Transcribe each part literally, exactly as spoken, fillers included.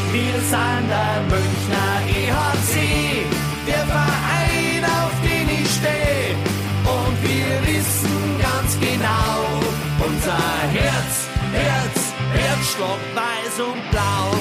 Wir sind der Münchner E H C, der Verein, auf den ich stehe. Und wir wissen ganz genau, unser Herz, Herz, Herzschlag weiß und blau.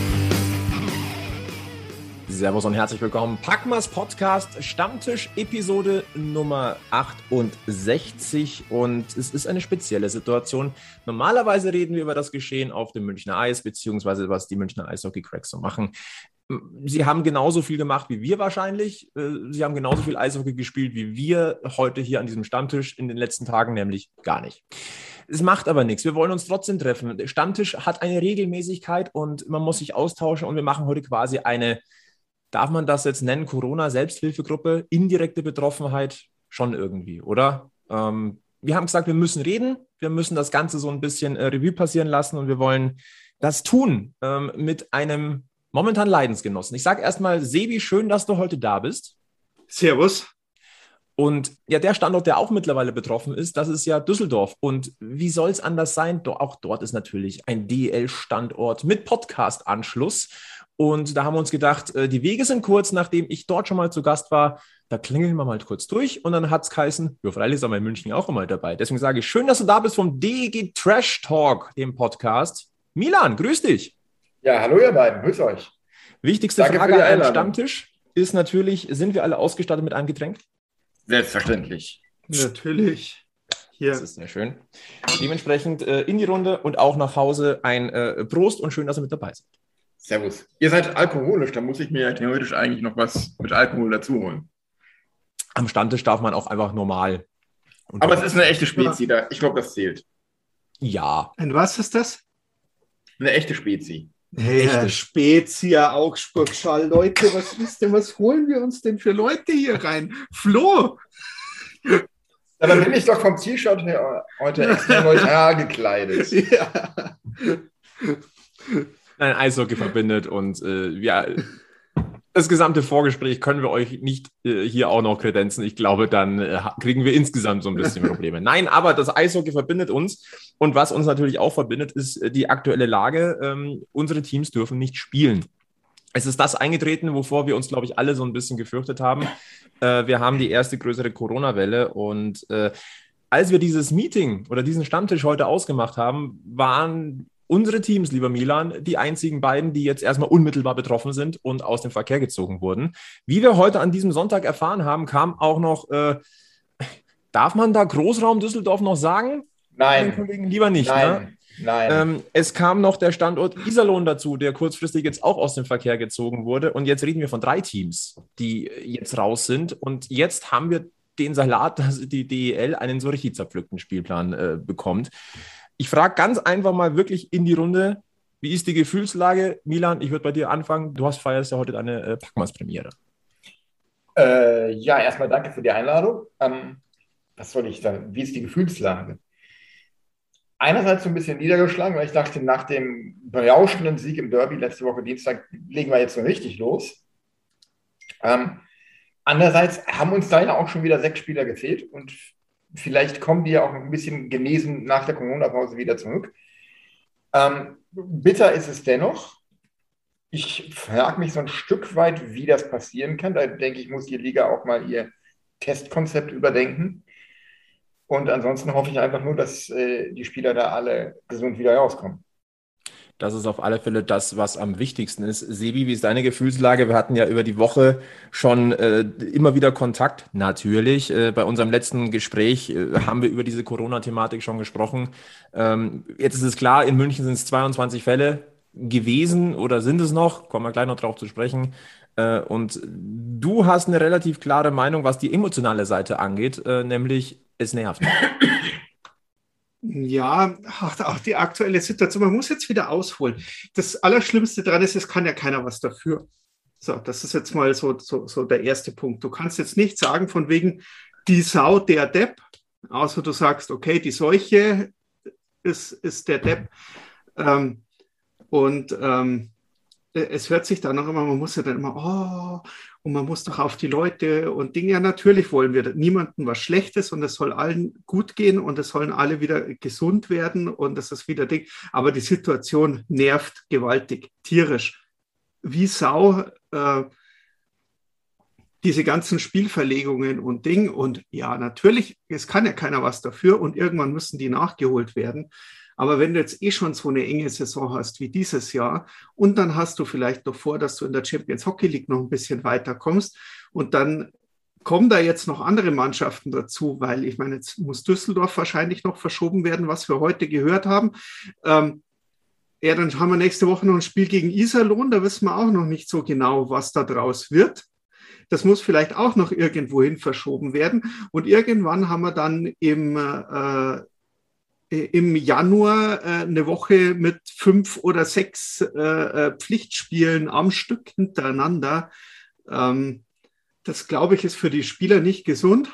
Servus und herzlich willkommen. Packmas Podcast, Stammtisch, Episode Nummer achtundsechzig. Und es ist eine spezielle Situation. Normalerweise reden wir über das Geschehen auf dem Münchner Eis, beziehungsweise was die Münchner Eishockey-Cracks so machen. Sie haben genauso viel gemacht wie wir wahrscheinlich. Sie haben genauso viel Eishockey gespielt wie wir heute hier an diesem Stammtisch in den letzten Tagen, nämlich gar nicht. Es macht aber nichts. Wir wollen uns trotzdem treffen. Der Stammtisch hat eine Regelmäßigkeit und man muss sich austauschen. Und wir machen heute quasi eine, darf man das jetzt nennen, Corona-Selbsthilfegruppe, indirekte Betroffenheit schon irgendwie, oder? Ähm, wir haben gesagt, wir müssen reden. Wir müssen das Ganze so ein bisschen äh, Revue passieren lassen und wir wollen das tun ähm, mit einem momentan Leidensgenossen. Ich sage erstmal, Sebi, schön, dass du heute da bist. Servus. Und ja, der Standort, der auch mittlerweile betroffen ist, das ist ja Düsseldorf. Und wie soll es anders sein? Do- auch dort ist natürlich ein D E L-Standort mit Podcast-Anschluss. Und da haben wir uns gedacht, äh, die Wege sind kurz, nachdem ich dort schon mal zu Gast war. Da klingeln wir mal kurz durch. Und dann hat es geheißen, ja, freilich ist aber in München auch immer dabei. Deswegen sage ich, schön, dass du da bist vom D E G Trash Talk, dem Podcast. Milan, grüß dich. Ja, hallo ihr beiden, grüß euch. Wichtigste Danke Frage für die am Einladung. Stammtisch ist natürlich, sind wir alle ausgestattet mit einem Getränk? Selbstverständlich. Natürlich. Hier. Das ist sehr schön. Dementsprechend äh, in die Runde und auch nach Hause ein äh, Prost und schön, dass ihr mit dabei seid. Servus. Ihr seid alkoholisch, da muss ich mir ja theoretisch eigentlich noch was mit Alkohol dazu holen. Am Stammtisch darf man auch einfach normal. Und Aber es ist eine echte Spezi, da. Ich glaube, das zählt. ja. Und was ist das? Eine echte Spezi. Hey, Echte. Spezia, Augsburg-Schall. Leute, was ist denn, was holen wir uns denn für Leute hier rein? Flo! Ja, dann bin ich doch vom T-Shirt her heute extra neutral gekleidet. Ja. Nein, Eishockey verbindet und äh, ja, das gesamte Vorgespräch können wir euch nicht äh, hier auch noch kredenzen. Ich glaube, dann äh, kriegen wir insgesamt so ein bisschen Probleme. Nein, aber das Eishockey verbindet uns und was uns natürlich auch verbindet, ist äh, die aktuelle Lage. Ähm, unsere Teams dürfen nicht spielen. Es ist das eingetreten, wovor wir uns, glaube ich, alle so ein bisschen gefürchtet haben. Äh, wir haben die erste größere Corona-Welle und äh, als wir dieses Meeting oder diesen Stammtisch heute ausgemacht haben, waren unsere Teams, lieber Milan, die einzigen beiden, die jetzt erstmal unmittelbar betroffen sind und aus dem Verkehr gezogen wurden. Wie wir heute an diesem Sonntag erfahren haben, kam auch noch, äh, darf man da Großraum Düsseldorf noch sagen? Nein. Den Kollegen lieber nicht. Nein. Ne? Nein. Ähm, es kam noch der Standort Iserlohn dazu, der kurzfristig jetzt auch aus dem Verkehr gezogen wurde. Und jetzt reden wir von drei Teams, die jetzt raus sind. Und jetzt haben wir den Salat, dass die D E L einen so richtig zerpflückten Spielplan äh, bekommt. Ich frage ganz einfach mal wirklich in die Runde, wie ist die Gefühlslage? Milan, ich würde bei dir anfangen. Du hast feierst ja heute deine äh, Packmas-Premiere. Äh, ja, erstmal danke für die Einladung. Ähm, was soll ich sagen? Wie ist die Gefühlslage? Einerseits so ein bisschen niedergeschlagen, weil ich dachte, nach dem berauschenden Sieg im Derby letzte Woche Dienstag legen wir jetzt so richtig los. Ähm, andererseits haben uns da ja auch schon wieder sechs Spieler gefehlt und vielleicht kommen die ja auch ein bisschen genesen nach der Corona-Pause wieder zurück. Ähm, bitter ist es dennoch. Ich frage mich so ein Stück weit, wie das passieren kann. Da denke ich, muss die Liga auch mal ihr Testkonzept überdenken. Und ansonsten hoffe ich einfach nur, dass äh, die Spieler da alle gesund wieder rauskommen. Das ist auf alle Fälle das, was am wichtigsten ist. Sebi, wie ist deine Gefühlslage? Wir hatten ja über die Woche schon äh, immer wieder Kontakt. Natürlich, äh, bei unserem letzten Gespräch äh, haben wir über diese Corona-Thematik schon gesprochen. Ähm, jetzt ist es klar, in München sind es zweiundzwanzig Fälle gewesen oder sind es noch? Kommen wir gleich noch drauf zu sprechen. Äh, und du hast eine relativ klare Meinung, was die emotionale Seite angeht, äh, nämlich es nervt. Ja, auch, auch die aktuelle Situation. Man muss jetzt wieder ausholen. Das Allerschlimmste daran ist, es kann ja keiner was dafür. So, das ist jetzt mal so, so, so der erste Punkt. Du kannst jetzt nicht sagen, von wegen die Sau, der Depp, außer du sagst, okay, die Seuche ist, ist der Depp. Ähm, und ähm, es hört sich dann auch immer, man muss ja dann immer, oh, und man muss doch auf die Leute und Dinge. Ja, natürlich wollen wir niemandem was Schlechtes und es soll allen gut gehen und es sollen alle wieder gesund werden und das ist wieder Ding. Aber die Situation nervt gewaltig, tierisch. wie Sau äh, diese ganzen Spielverlegungen und Ding. Und ja, natürlich, es kann ja keiner was dafür und irgendwann müssen die nachgeholt werden. Aber wenn du jetzt eh schon so eine enge Saison hast wie dieses Jahr und dann hast du vielleicht noch vor, dass du in der Champions Hockey League noch ein bisschen weiterkommst und dann kommen da jetzt noch andere Mannschaften dazu, weil ich meine, jetzt muss Düsseldorf wahrscheinlich noch verschoben werden, was wir heute gehört haben. Ähm, ja, dann haben wir nächste Woche noch ein Spiel gegen Iserlohn, da wissen wir auch noch nicht so genau, was da draus wird. Das muss vielleicht auch noch irgendwohin verschoben werden. Und irgendwann haben wir dann im, äh, im Januar äh, eine Woche mit fünf oder sechs äh, Pflichtspielen am Stück hintereinander. Ähm, das, glaube ich, ist für die Spieler nicht gesund.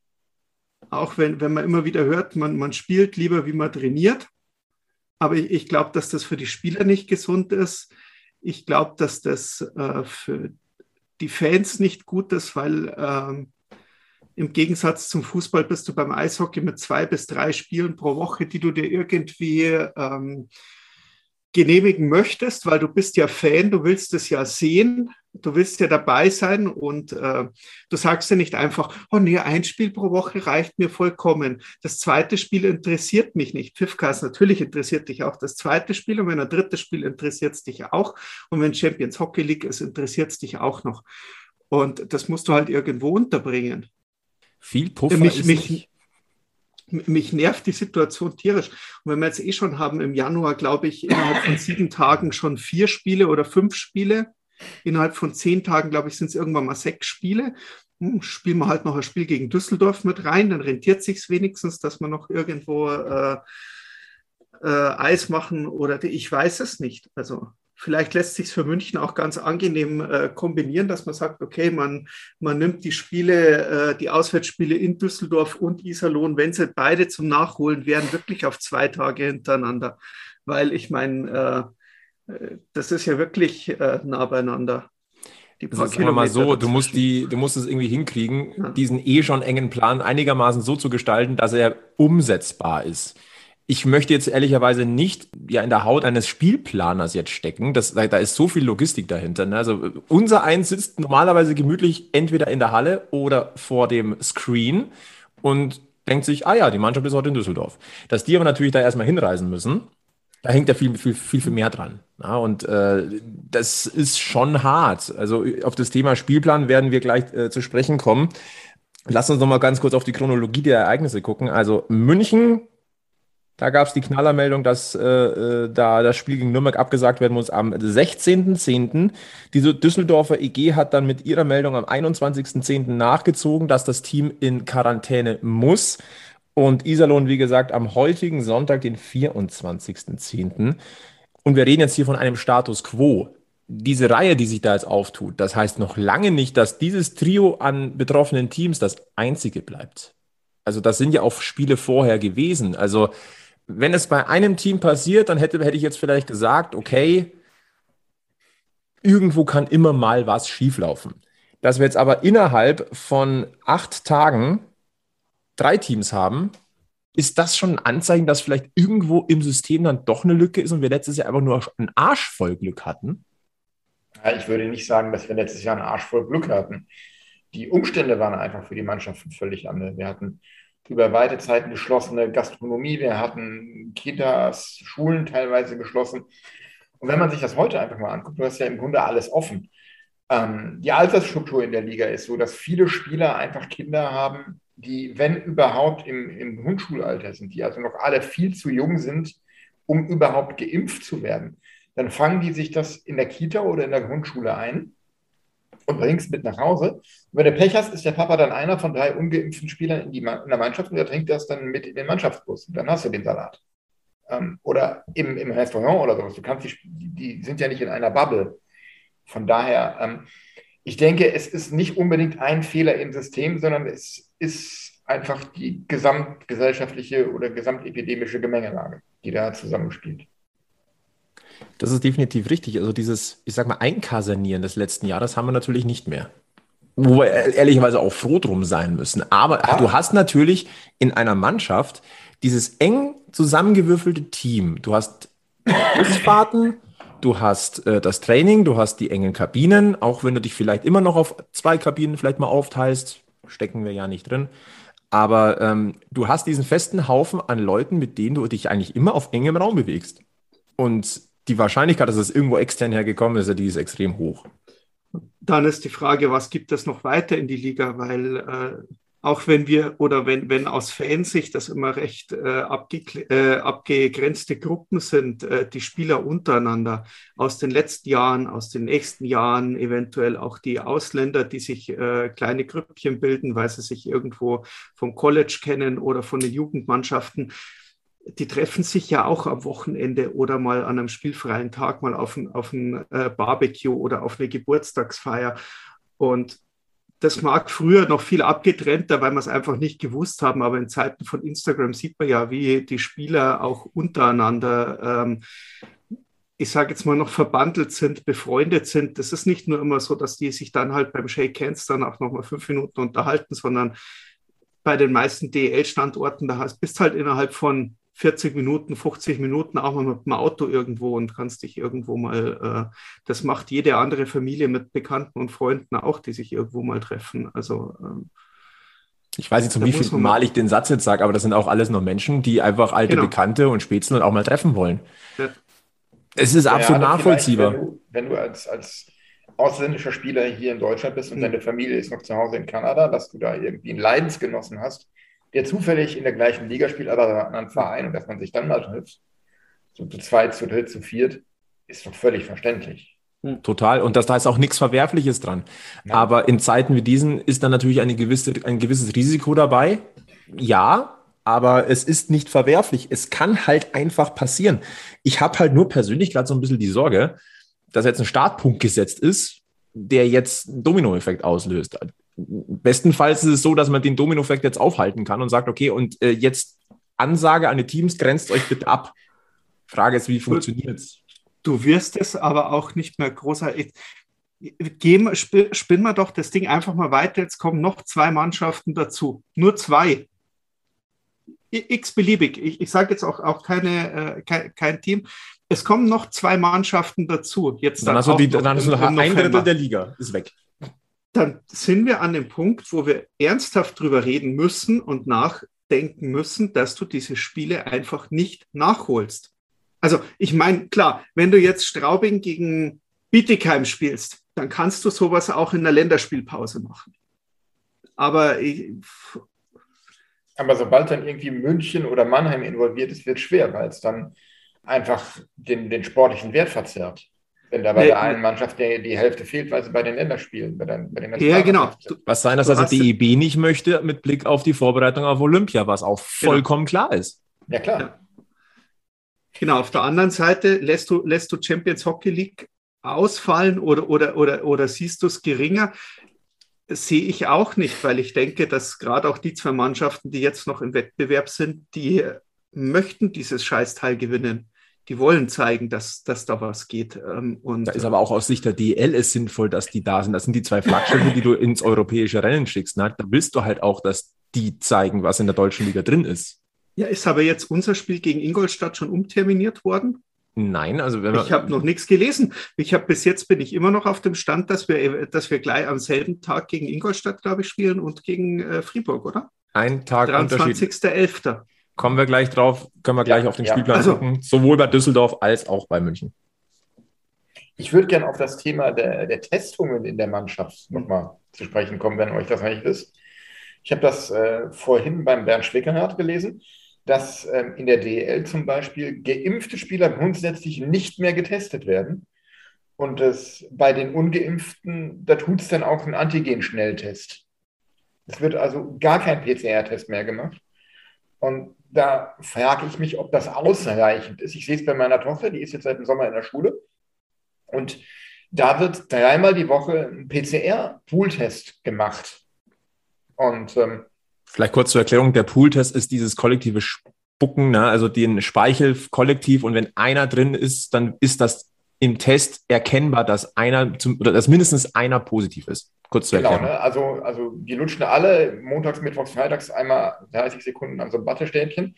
Auch wenn, wenn man immer wieder hört, man, man spielt lieber, wie man trainiert. Aber ich, ich glaube, dass das für die Spieler nicht gesund ist. Ich glaube, dass das äh, für die Fans nicht gut ist, weil ähm, im Gegensatz zum Fußball bist du beim Eishockey mit zwei bis drei Spielen pro Woche, die du dir irgendwie ähm, genehmigen möchtest, weil du bist ja Fan, du willst es ja sehen, du willst ja dabei sein und äh, du sagst ja nicht einfach, oh nee, ein Spiel pro Woche reicht mir vollkommen. Das zweite Spiel interessiert mich nicht. Pfiffcast, natürlich interessiert dich auch das zweite Spiel und wenn ein drittes Spiel interessiert es dich auch und wenn Champions Hockey League ist, interessiert es dich auch noch. Und das musst du halt irgendwo unterbringen. Viel Puffer mich, ist mich, nicht. Mich nervt die Situation tierisch. Und wenn wir jetzt eh schon haben, im Januar, glaube ich, innerhalb von sieben Tagen schon vier Spiele oder fünf Spiele. Innerhalb von zehn Tagen, glaube ich, sind es irgendwann mal sechs Spiele. Hm, spielen wir halt noch ein Spiel gegen Düsseldorf mit rein, dann rentiert sich wenigstens, dass wir noch irgendwo äh, äh, Eis machen oder die, ich weiß es nicht. Also vielleicht lässt sich es für München auch ganz angenehm äh, kombinieren, dass man sagt, okay, man, man nimmt die Spiele, äh, die Auswärtsspiele in Düsseldorf und Iserlohn, wenn sie beide zum Nachholen wären, wirklich auf zwei Tage hintereinander. Weil ich meine, äh, das ist ja wirklich äh, nah beieinander. Die paar Sagen wir mal so, du musst, die, du musst es irgendwie hinkriegen, ja. diesen eh schon engen Plan einigermaßen so zu gestalten, dass er umsetzbar ist. Ich möchte jetzt ehrlicherweise nicht ja in der Haut eines Spielplaners jetzt stecken. Das, da ist so viel Logistik dahinter. Ne? Also unser Eins sitzt normalerweise gemütlich entweder in der Halle oder vor dem Screen und denkt sich, ah ja, die Mannschaft ist heute in Düsseldorf. Dass die aber natürlich da erstmal hinreisen müssen, da hängt ja viel, viel, viel, viel mehr dran. Ja, und äh, das ist schon hart. Also auf das Thema Spielplan werden wir gleich äh, zu sprechen kommen. Lass uns noch mal ganz kurz auf die Chronologie der Ereignisse gucken. Also München, da gab es die Knallermeldung, dass äh, da das Spiel gegen Nürnberg abgesagt werden muss am sechzehnten zehnten Diese Düsseldorfer E G hat dann mit ihrer Meldung am einundzwanzigsten zehnten nachgezogen, dass das Team in Quarantäne muss. Und Iserlohn, wie gesagt, am heutigen Sonntag, den vierundzwanzigsten zehnten Und wir reden jetzt hier von einem Status quo. Diese Reihe, die sich da jetzt auftut, das heißt noch lange nicht, dass dieses Trio an betroffenen Teams das einzige bleibt. Also das sind ja auch Spiele vorher gewesen. Also wenn es bei einem Team passiert, dann hätte, hätte ich jetzt vielleicht gesagt, okay, irgendwo kann immer mal was schieflaufen. Dass wir jetzt aber innerhalb von acht Tagen drei Teams haben, ist das schon ein Anzeichen, dass vielleicht irgendwo im System dann doch eine Lücke ist und wir letztes Jahr einfach nur einen Arsch voll Glück hatten? Ja, ich würde nicht sagen, dass wir letztes Jahr einen Arsch voll Glück hatten. Die Umstände waren einfach für die Mannschaften völlig andere. Wir hatten über weite Zeiten geschlossene Gastronomie, wir hatten Kitas, Schulen teilweise geschlossen. Und wenn man sich das heute einfach mal anguckt, du hast ja im Grunde alles offen. Ähm, die Altersstruktur in der Liga ist so, dass viele Spieler einfach Kinder haben, die, wenn überhaupt, im, im Grundschulalter sind, die also noch alle viel zu jung sind, um überhaupt geimpft zu werden. Dann fangen die sich das in der Kita oder in der Grundschule ein und bringst mit nach Hause. Und wenn du Pech hast, ist der Papa dann einer von drei ungeimpften Spielern in, die, in der Mannschaft und der trinkt das dann mit in den Mannschaftsbus. Und dann hast du den Salat. Ähm, oder im, im Restaurant oder sowas. Du kannst die, die sind ja nicht in einer Bubble. Von daher, ähm, ich denke, es ist nicht unbedingt ein Fehler im System, sondern es ist einfach die gesamtgesellschaftliche oder gesamtepidemische Gemengelage, die da zusammenspielt. Das ist definitiv richtig. Also dieses, ich sag mal, Einkasernieren des letzten Jahres haben wir natürlich nicht mehr. Wo wir ehrlicherweise auch froh drum sein müssen. Aber ja. Du hast natürlich in einer Mannschaft dieses eng zusammengewürfelte Team. Du hast Busfahrten Du hast äh, das Training, du hast die engen Kabinen, auch wenn du dich vielleicht immer noch auf zwei Kabinen vielleicht mal aufteilst, stecken wir ja nicht drin. Aber ähm, du hast diesen festen Haufen an Leuten, mit denen du dich eigentlich immer auf engem Raum bewegst. Und die Wahrscheinlichkeit, dass es irgendwo extern hergekommen ist, die ist extrem hoch. Dann ist die Frage, was gibt es noch weiter in die Liga? Weil äh, auch wenn wir oder wenn, wenn aus Fansicht das immer recht äh, abge äh, abgegrenzte Gruppen sind, äh, die Spieler untereinander aus den letzten Jahren, aus den nächsten Jahren, eventuell auch die Ausländer, die sich äh, kleine Grüppchen bilden, weil sie sich irgendwo vom College kennen oder von den Jugendmannschaften. Die treffen sich ja auch am Wochenende oder mal an einem spielfreien Tag mal auf ein, auf ein äh, Barbecue oder auf eine Geburtstagsfeier. Und das mag früher noch viel abgetrennter, weil wir es einfach nicht gewusst haben, aber in Zeiten von Instagram sieht man ja, wie die Spieler auch untereinander, ähm, ich sage jetzt mal, noch verbandelt sind, befreundet sind. Das ist nicht nur immer so, dass die sich dann halt beim Shake Hands dann auch nochmal fünf Minuten unterhalten, sondern bei den meisten D E L-Standorten, da hast, bist halt innerhalb von vierzig Minuten, fünfzig Minuten auch mal mit dem Auto irgendwo und kannst dich irgendwo mal, äh, das macht jede andere Familie mit Bekannten und Freunden auch, die sich irgendwo mal treffen. Also ähm, ich weiß nicht, zum wie viel Mal ich den Satz jetzt sage, aber das sind auch alles nur Menschen, die einfach alte genau. Bekannte und Spätzle und auch mal treffen wollen. Ja. Es ist absolut ja, nachvollziehbar. Wenn du, wenn du als, als ausländischer Spieler hier in Deutschland bist und hm. deine Familie ist noch zu Hause in Kanada, dass du da irgendwie einen Leidensgenossen hast, der zufällig in der gleichen Liga spielt, aber bei einem anderen Verein, und dass man sich dann mal trifft, so zu zweit, zu dritt, zu viert, ist doch völlig verständlich. Total. Und das, da ist auch nichts Verwerfliches dran. Ja. Aber in Zeiten wie diesen ist dann natürlich eine gewisse, ein gewisses Risiko dabei. Ja, aber es ist nicht verwerflich. Es kann halt einfach passieren. Ich habe halt nur persönlich gerade so ein bisschen die Sorge, dass jetzt ein Startpunkt gesetzt ist, der jetzt einen Dominoeffekt auslöst. Bestenfalls ist es so, dass man den Dominoeffekt jetzt aufhalten kann und sagt, okay, und äh, jetzt Ansage an die Teams, grenzt euch bitte ab. Frage ist, wie funktioniert es? Du wirst es aber auch nicht mehr großartig. Gehen, sp spinnen wir doch das Ding einfach mal weiter. Jetzt kommen noch zwei Mannschaften dazu. Nur zwei. X-beliebig. Ich, ich sage jetzt auch, auch keine, äh, kein, kein Team. Es kommen noch zwei Mannschaften dazu. Jetzt dann, dann hast du, die, dann hast du ein Drittel der Liga. Ist weg. Dann sind wir an dem Punkt, wo wir ernsthaft drüber reden müssen und nachdenken müssen, dass du diese Spiele einfach nicht nachholst. Also ich meine, klar, wenn du jetzt Straubing gegen Bietigheim spielst, dann kannst du sowas auch in der Länderspielpause machen. Aber ich, Aber sobald dann irgendwie München oder Mannheim involviert ist, wird es schwer, weil es dann einfach den, den sportlichen Wert verzerrt. Wenn da bei nee, der einen Mannschaft die, die Hälfte fehlt, weil sie bei den Länderspielen, bei den, bei den Ja, genau. Was sein, dass also D E B nicht möchte, mit Blick auf die Vorbereitung auf Olympia, was auch vollkommen genau. klar ist. Ja, klar. Ja. Genau, auf der anderen Seite lässt du, lässt du Champions Hockey League ausfallen oder, oder, oder, oder siehst du es geringer? Das sehe ich auch nicht, weil ich denke, dass gerade auch die zwei Mannschaften, die jetzt noch im Wettbewerb sind, die möchten dieses Scheißteil gewinnen. Die wollen zeigen, dass, dass da was geht. Und da ist aber auch aus Sicht der D E L es sinnvoll, dass die da sind. Das sind die zwei Flaggschiffe, die du ins europäische Rennen schickst. Na, da willst du halt auch, dass die zeigen, was in der deutschen Liga drin ist. Ja, ist aber jetzt unser Spiel gegen Ingolstadt schon umterminiert worden? Nein, also wenn wir ich habe noch nichts gelesen. Ich habe bis jetzt bin ich immer noch auf dem Stand, dass wir, dass wir gleich am selben Tag gegen Ingolstadt, glaube ich, spielen und gegen äh, Fribourg, oder? Ein Tag dreiundzwanzigster elfter Kommen wir gleich drauf, können wir gleich ja, auf den ja. Spielplan also, gucken, sowohl bei Düsseldorf als auch bei München. Ich würde gerne auf das Thema der, der Testungen in der Mannschaft nochmal zu sprechen kommen, wenn euch das nicht ist. Ich habe das äh, vorhin beim Bernd Schwickenhardt gelesen, dass ähm, in der D E L zum Beispiel geimpfte Spieler grundsätzlich nicht mehr getestet werden. Und das, bei den Ungeimpften, da tut es dann auch einen Antigen-Schnelltest. Es wird also gar kein P C R-Test mehr gemacht. Und da frage ich mich, ob das ausreichend ist. Ich sehe es bei meiner Tochter, die ist jetzt seit dem Sommer in der Schule. Und da wird dreimal die Woche ein P C R-Pool-Test gemacht. Und ähm, vielleicht kurz zur Erklärung, der Pool-Test ist dieses kollektive Spucken, ne? Also den Speichel kollektiv. Und wenn einer drin ist, dann ist das im Test erkennbar, dass einer zum, oder dass mindestens einer positiv ist. Kurz zu erklären. Genau, ne? also, also die lutschen alle montags, mittwochs, freitags einmal dreißig Sekunden an so einem Wattestäbchen.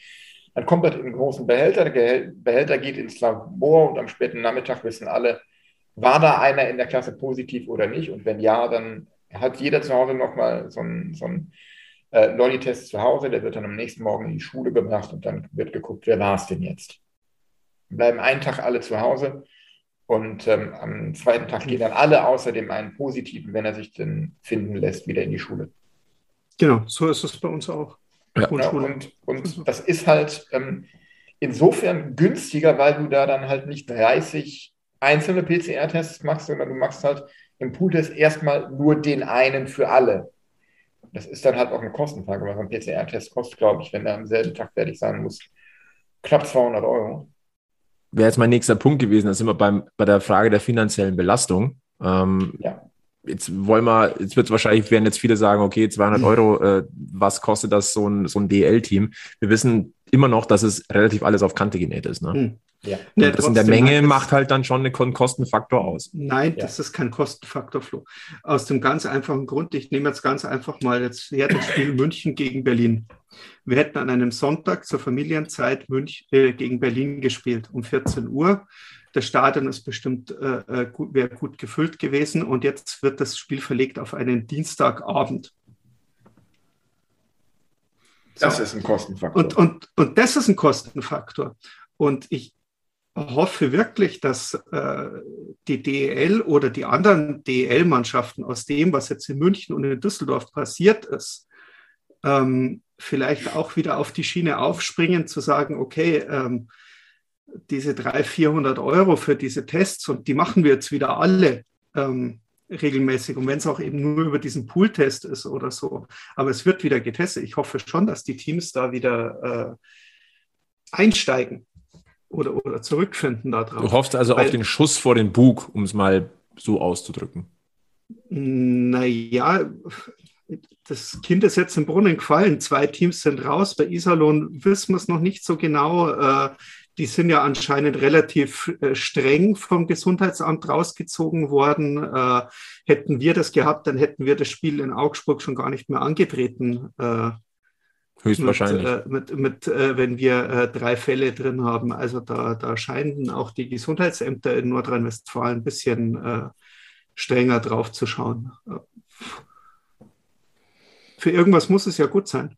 Dann kommt das in einen großen Behälter, der Behälter geht ins Labor und am späten Nachmittag wissen alle, war da einer in der Klasse positiv oder nicht? Und wenn ja, dann hat jeder zu Hause nochmal so einen, so einen äh, Lolli-Test zu Hause, der wird dann am nächsten Morgen in die Schule gebracht und dann wird geguckt, wer war es denn jetzt? Wir bleiben einen Tag alle zu Hause und ähm, am zweiten Tag gehen dann alle außer dem einen Positiven, wenn er sich denn finden lässt, wieder in die Schule. Genau, so ist es bei uns auch. Ja. Ja, und, und das ist halt ähm, insofern günstiger, weil du da dann halt nicht dreißig einzelne P C R-Tests machst, sondern du machst halt im Pooltest erstmal nur den einen für alle. Das ist dann halt auch eine Kostenfrage, weil so ein P C R-Test kostet, glaube ich, wenn der am selben Tag fertig sein muss, knapp zweihundert Euro. Wäre jetzt mein nächster Punkt gewesen, da sind wir beim, bei der Frage der finanziellen Belastung. Ähm, Ja. Jetzt wollen wir, jetzt wird es wahrscheinlich, werden jetzt viele sagen, okay, zweihundert Euro, äh, was kostet das so ein, so ein D L-Team? Wir wissen immer noch, dass es relativ alles auf Kante genäht ist. Ne? Hm. Ja. Und Ja, das in der trotzdem, Menge das- macht halt dann schon einen Kon- Kostenfaktor aus. Nein, Ja. das ist kein Kostenfaktor, Flo. Aus dem ganz einfachen Grund, ich nehme jetzt ganz einfach mal jetzt her das Spiel München gegen Berlin. Wir hätten an einem Sonntag zur Familienzeit Münch, äh, gegen Berlin gespielt, um vierzehn Uhr. Das Stadion ist bestimmt, äh, gut, wäre gut gefüllt gewesen und jetzt wird das Spiel verlegt auf einen Dienstagabend. Das So. ist ein Kostenfaktor. Und, und, und das ist ein Kostenfaktor. Und ich hoffe wirklich, dass äh, die D E L oder die anderen D E L-Mannschaften aus dem, was jetzt in München und in Düsseldorf passiert ist, ähm, vielleicht auch wieder auf die Schiene aufspringen, zu sagen, okay, ähm, diese dreihundert, vierhundert Euro für diese Tests und die machen wir jetzt wieder alle ähm, regelmäßig und wenn es auch eben nur über diesen Pool-Test ist oder so. Aber es wird wieder getestet. Ich hoffe schon, dass die Teams da wieder äh, einsteigen oder, oder zurückfinden da drauf. Du hoffst also Weil- auf den Schuss vor den Bug, um es mal so auszudrücken. Naja, das Kind ist jetzt im Brunnen gefallen. Zwei Teams sind raus. Bei Iserlohn wissen wir es noch nicht so genau. Äh, die sind ja anscheinend relativ äh, streng vom Gesundheitsamt rausgezogen worden. Äh, hätten wir das gehabt, dann hätten wir das Spiel in Augsburg schon gar nicht mehr angetreten. Äh, Höchstwahrscheinlich. Mit, äh, mit, mit, äh, wenn wir äh, drei Fälle drin haben. Also da, da scheinen auch die Gesundheitsämter in Nordrhein-Westfalen ein bisschen äh, strenger drauf zu schauen. Für irgendwas muss es ja gut sein.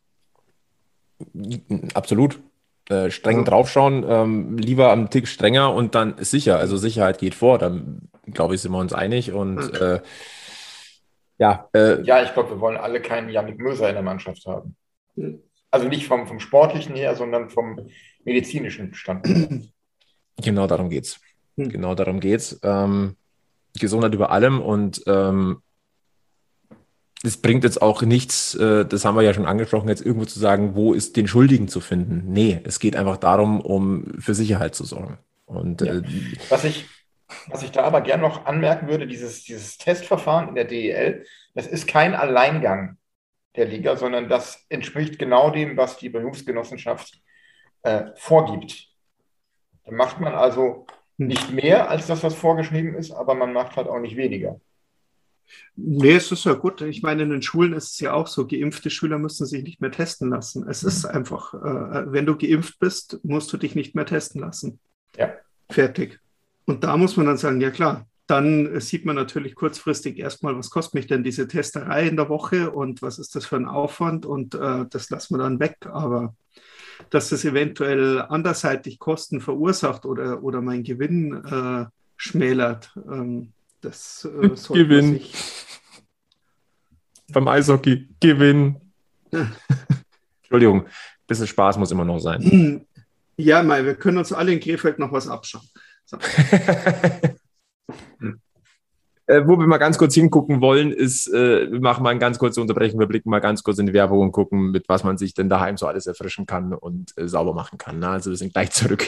Absolut. Äh, streng Ja. draufschauen, ähm, lieber am Tick strenger und dann sicher. Also Sicherheit geht vor, dann glaube ich, sind wir uns einig. Und äh, ja, äh, Ja, ich glaube, wir wollen alle keinen Yannick Möser in der Mannschaft haben. Mhm. Also nicht vom, vom Sportlichen her, sondern vom medizinischen Standpunkt. genau darum geht's. Hm. Genau darum geht's. Ähm, Gesundheit über allem und ähm, es bringt jetzt auch nichts, äh, das haben wir ja schon angesprochen, jetzt irgendwo zu sagen, wo ist den Schuldigen zu finden. Nee, es geht einfach darum, um für Sicherheit zu sorgen. Und Ja. äh, Was ich, was ich da aber gern noch anmerken würde, dieses, dieses Testverfahren in der D E L, das ist kein Alleingang der Liga, sondern das entspricht genau dem, was die Berufsgenossenschaft äh, vorgibt. Da macht man also nicht mehr als das, was vorgeschrieben ist, aber man macht halt auch nicht weniger. Nee, es ist ja gut. Ich meine, in den Schulen ist es ja auch so, geimpfte Schüler müssen sich nicht mehr testen lassen. Es ist einfach, äh, wenn du geimpft bist, musst du dich nicht mehr testen lassen. Ja. Fertig. Und da muss man dann sagen, ja klar, dann sieht man natürlich kurzfristig erstmal, was kostet mich denn diese Testerei in der Woche und was ist das für ein Aufwand und äh, das lassen wir dann weg. Aber dass das eventuell anderseitig Kosten verursacht oder, oder mein Gewinn äh, schmälert, ähm, das äh, sollte man Gewinn. sich... beim Eishockey, Gewinn. Entschuldigung, ein bisschen Spaß muss immer noch sein. Ja, Mai, wir können uns alle in Krefeld noch was abschauen. So. Äh, wo wir mal ganz kurz hingucken wollen, ist, äh, wir machen mal eine ganz kurze Unterbrechung, wir blicken mal ganz kurz in die Werbung und gucken, mit was man sich denn daheim so alles erfrischen kann und äh, sauber machen kann. Na, also wir sind gleich zurück.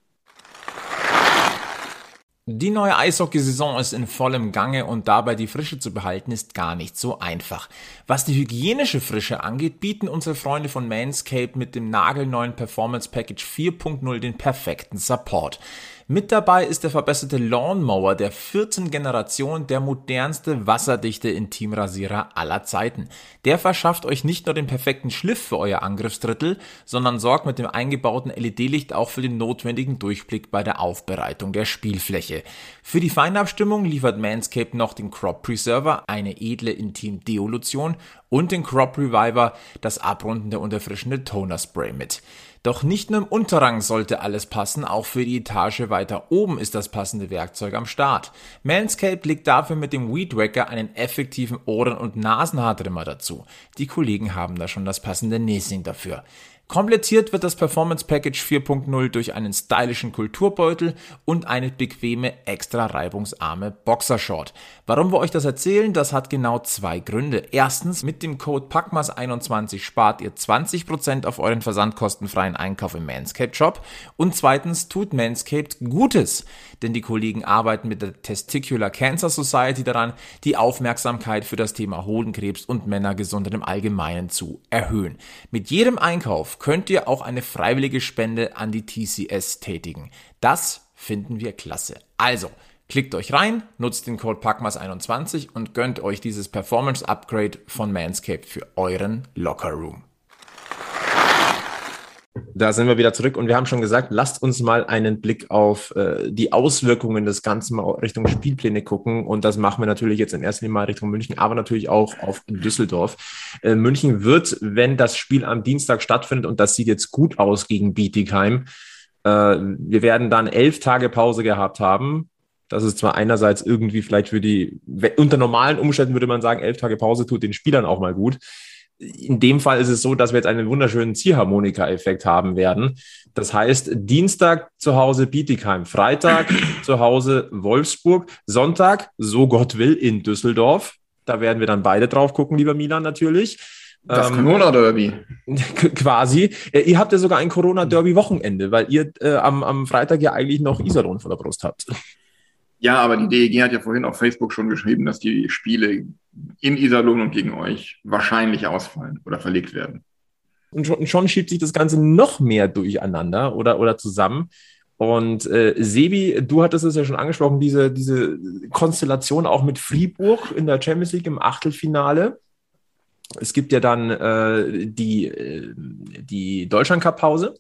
Die neue Eishockeysaison ist in vollem Gange und dabei die Frische zu behalten ist gar nicht so einfach. Was die hygienische Frische angeht, bieten unsere Freunde von Manscaped mit dem nagelneuen Performance Package vier Punkt null den perfekten Support. Mit dabei ist der verbesserte Lawnmower der vierten Generation, der modernste wasserdichte Intimrasierer aller Zeiten. Der verschafft euch nicht nur den perfekten Schliff für euer Angriffsdrittel, sondern sorgt mit dem eingebauten L E D-Licht auch für den notwendigen Durchblick bei der Aufbereitung der Spielfläche. Für die Feinabstimmung liefert Manscaped noch den Crop Preserver, eine edle Intim-Deo-Lotion, und den Crop Reviver, das abrundende und erfrischende Toner-Spray mit. Doch nicht nur im Unterrang sollte alles passen, auch für die Etage weiter oben ist das passende Werkzeug am Start. Manscaped legt dafür mit dem Weed Wacker einen effektiven Ohren- und Nasenhaartrimmer dazu. Die Kollegen haben da schon das passende Näschen dafür. Komplettiert wird das Performance Package vier Punkt null durch einen stylischen Kulturbeutel und eine bequeme, extra reibungsarme Boxershort. Warum wir euch das erzählen, das hat genau zwei Gründe. Erstens, mit dem Code Packmas einundzwanzig spart ihr zwanzig Prozent auf euren versandkostenfreien Einkauf im Manscaped Shop. Und zweitens tut Manscaped Gutes, denn die Kollegen arbeiten mit der Testicular Cancer Society daran, die Aufmerksamkeit für das Thema Hodenkrebs und Männergesundheit im Allgemeinen zu erhöhen. Mit jedem Einkauf könnt ihr auch eine freiwillige Spende an die T C S tätigen. Das finden wir klasse. Also, klickt euch rein, nutzt den Code Packmas einundzwanzig und gönnt euch dieses Performance Upgrade von Manscaped für euren Locker Room. Da sind wir wieder zurück und wir haben schon gesagt, lasst uns mal einen Blick auf äh, die Auswirkungen des Ganzen mal Richtung Spielpläne gucken, und das machen wir natürlich jetzt in erster Linie mal Richtung München, aber natürlich auch auf Düsseldorf. Äh, München wird, wenn das Spiel am Dienstag stattfindet, und das sieht jetzt gut aus gegen Bietigheim, äh, wir werden dann elf Tage Pause gehabt haben. Das ist zwar einerseits irgendwie vielleicht für die, unter normalen Umständen würde man sagen, elf Tage Pause tut den Spielern auch mal gut. In dem Fall ist es so, dass wir jetzt einen wunderschönen Ziehharmonika-Effekt haben werden. Das heißt, Dienstag zu Hause Bietigheim, Freitag zu Hause Wolfsburg, Sonntag, so Gott will, in Düsseldorf. Da werden wir dann beide drauf gucken, lieber Milan, natürlich. Das ähm, Corona-Derby. Quasi. Ihr habt ja sogar ein Corona-Derby-Wochenende, weil ihr äh, am, am Freitag ja eigentlich noch Iserlohn vor der Brust habt. Ja, aber die D E G hat ja vorhin auf Facebook schon geschrieben, dass die Spiele in Iserlohn und gegen euch wahrscheinlich ausfallen oder verlegt werden. Und schon, schon schiebt sich das Ganze noch mehr durcheinander oder, oder zusammen. Und äh, Sebi, du hattest es ja schon angesprochen, diese, diese Konstellation auch mit Fribourg in der Champions League im Achtelfinale. Es gibt ja dann äh, die, äh, die Deutschland-Cup-Pause.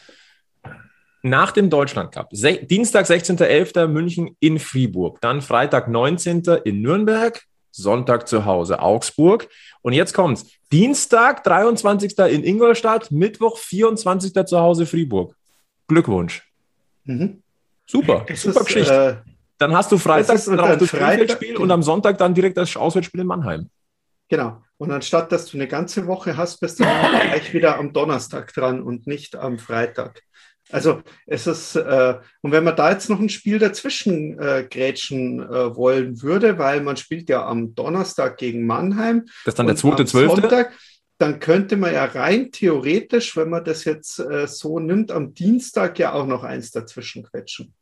Nach dem Deutschland-Cup, Se- Dienstag, sechzehnter elfter München in Fribourg, dann Freitag, neunzehnter in Nürnberg, Sonntag zu Hause Augsburg. Und jetzt kommt's. Dienstag, dreiundzwanzigster in Ingolstadt, Mittwoch, vierundzwanzigster zu Hause Fribourg. Glückwunsch. Mhm. Super, Das super ist, Geschichte. Äh, dann hast du Freitag das, drauf das Freitag, Spiel und am Sonntag dann direkt das Auswärtsspiel in Mannheim. Genau. Und anstatt, dass du eine ganze Woche hast, bist du dann gleich wieder am Donnerstag dran und nicht am Freitag. Also es ist, äh, und wenn man da jetzt noch ein Spiel dazwischen äh, grätschen äh, wollen würde, weil man spielt ja am Donnerstag gegen Mannheim. Das ist dann der zweite zwölfte Dann könnte man ja rein theoretisch, wenn man das jetzt äh, so nimmt, am Dienstag ja auch noch eins dazwischen quetschen.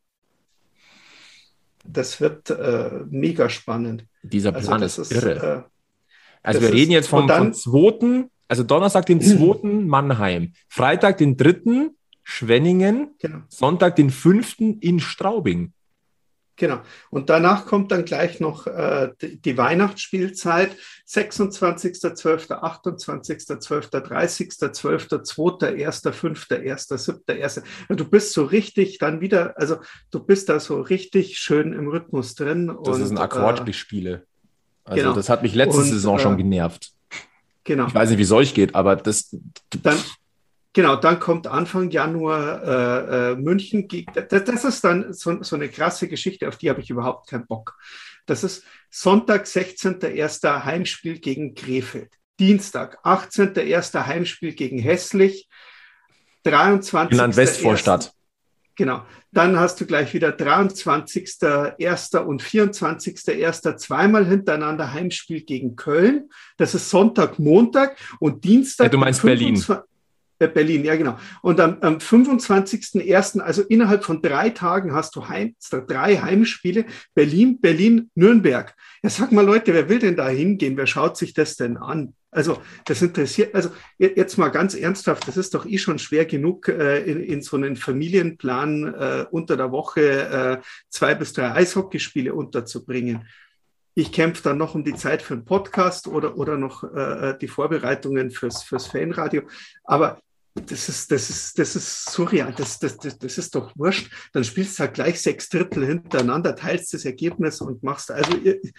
Das wird äh, mega spannend. Dieser Plan also ist, ist irre. Äh, also wir reden jetzt vom, dann, vom zweiten, also Donnerstag den zweiten Mannheim, Freitag den dritten Schwenningen, genau. Sonntag den fünften in Straubing. Genau. Und danach kommt dann gleich noch äh, die, die Weihnachtsspielzeit. sechsundzwanzigster zwölfter, achtundzwanzigster zwölfter, dreißigster zwölfter, zweiter erster, fünfter erster, siebter erster Du bist so richtig dann wieder, also du bist da so richtig schön im Rhythmus drin. Das und, ist ein Akkord, die Spiele. Also genau. das hat mich letzte und, Saison schon äh, genervt. Genau. Ich weiß nicht, wie es euch geht, aber das... Dann, genau, dann kommt Anfang Januar äh, äh, München. Das, das ist dann so, so eine krasse Geschichte, auf die habe ich überhaupt keinen Bock. Das ist Sonntag, sechzehnter erster Heimspiel gegen Krefeld. Dienstag, achtzehnter erster Heimspiel gegen Hässlich. dreiundzwanzigster In Westvorstadt. Genau. Dann hast du gleich wieder dreiundzwanzigster erster und vierundzwanzigster erster zweimal hintereinander Heimspiel gegen Köln. Das ist Sonntag, Montag und Dienstag. Ja, du meinst fünfundzwanzig Berlin. Berlin, ja genau. Und am, am fünfundzwanzigsten ersten, also innerhalb von drei Tagen hast du Heim, drei Heimspiele, Berlin, Berlin, Nürnberg. Ja, sag mal Leute, wer will denn da hingehen? Wer schaut sich das denn an? Also das interessiert, also jetzt mal ganz ernsthaft, das ist doch eh schon schwer genug, äh, in, in so einen Familienplan äh, unter der Woche äh, zwei bis drei Eishockeyspiele unterzubringen. Ich kämpfe dann noch um die Zeit für einen Podcast oder, oder noch äh, die Vorbereitungen fürs, fürs Fanradio. Aber das ist, das ist, das ist surreal, das, das, das, das ist doch wurscht. Dann spielst du halt gleich sechs Drittel hintereinander, teilst das Ergebnis und machst also...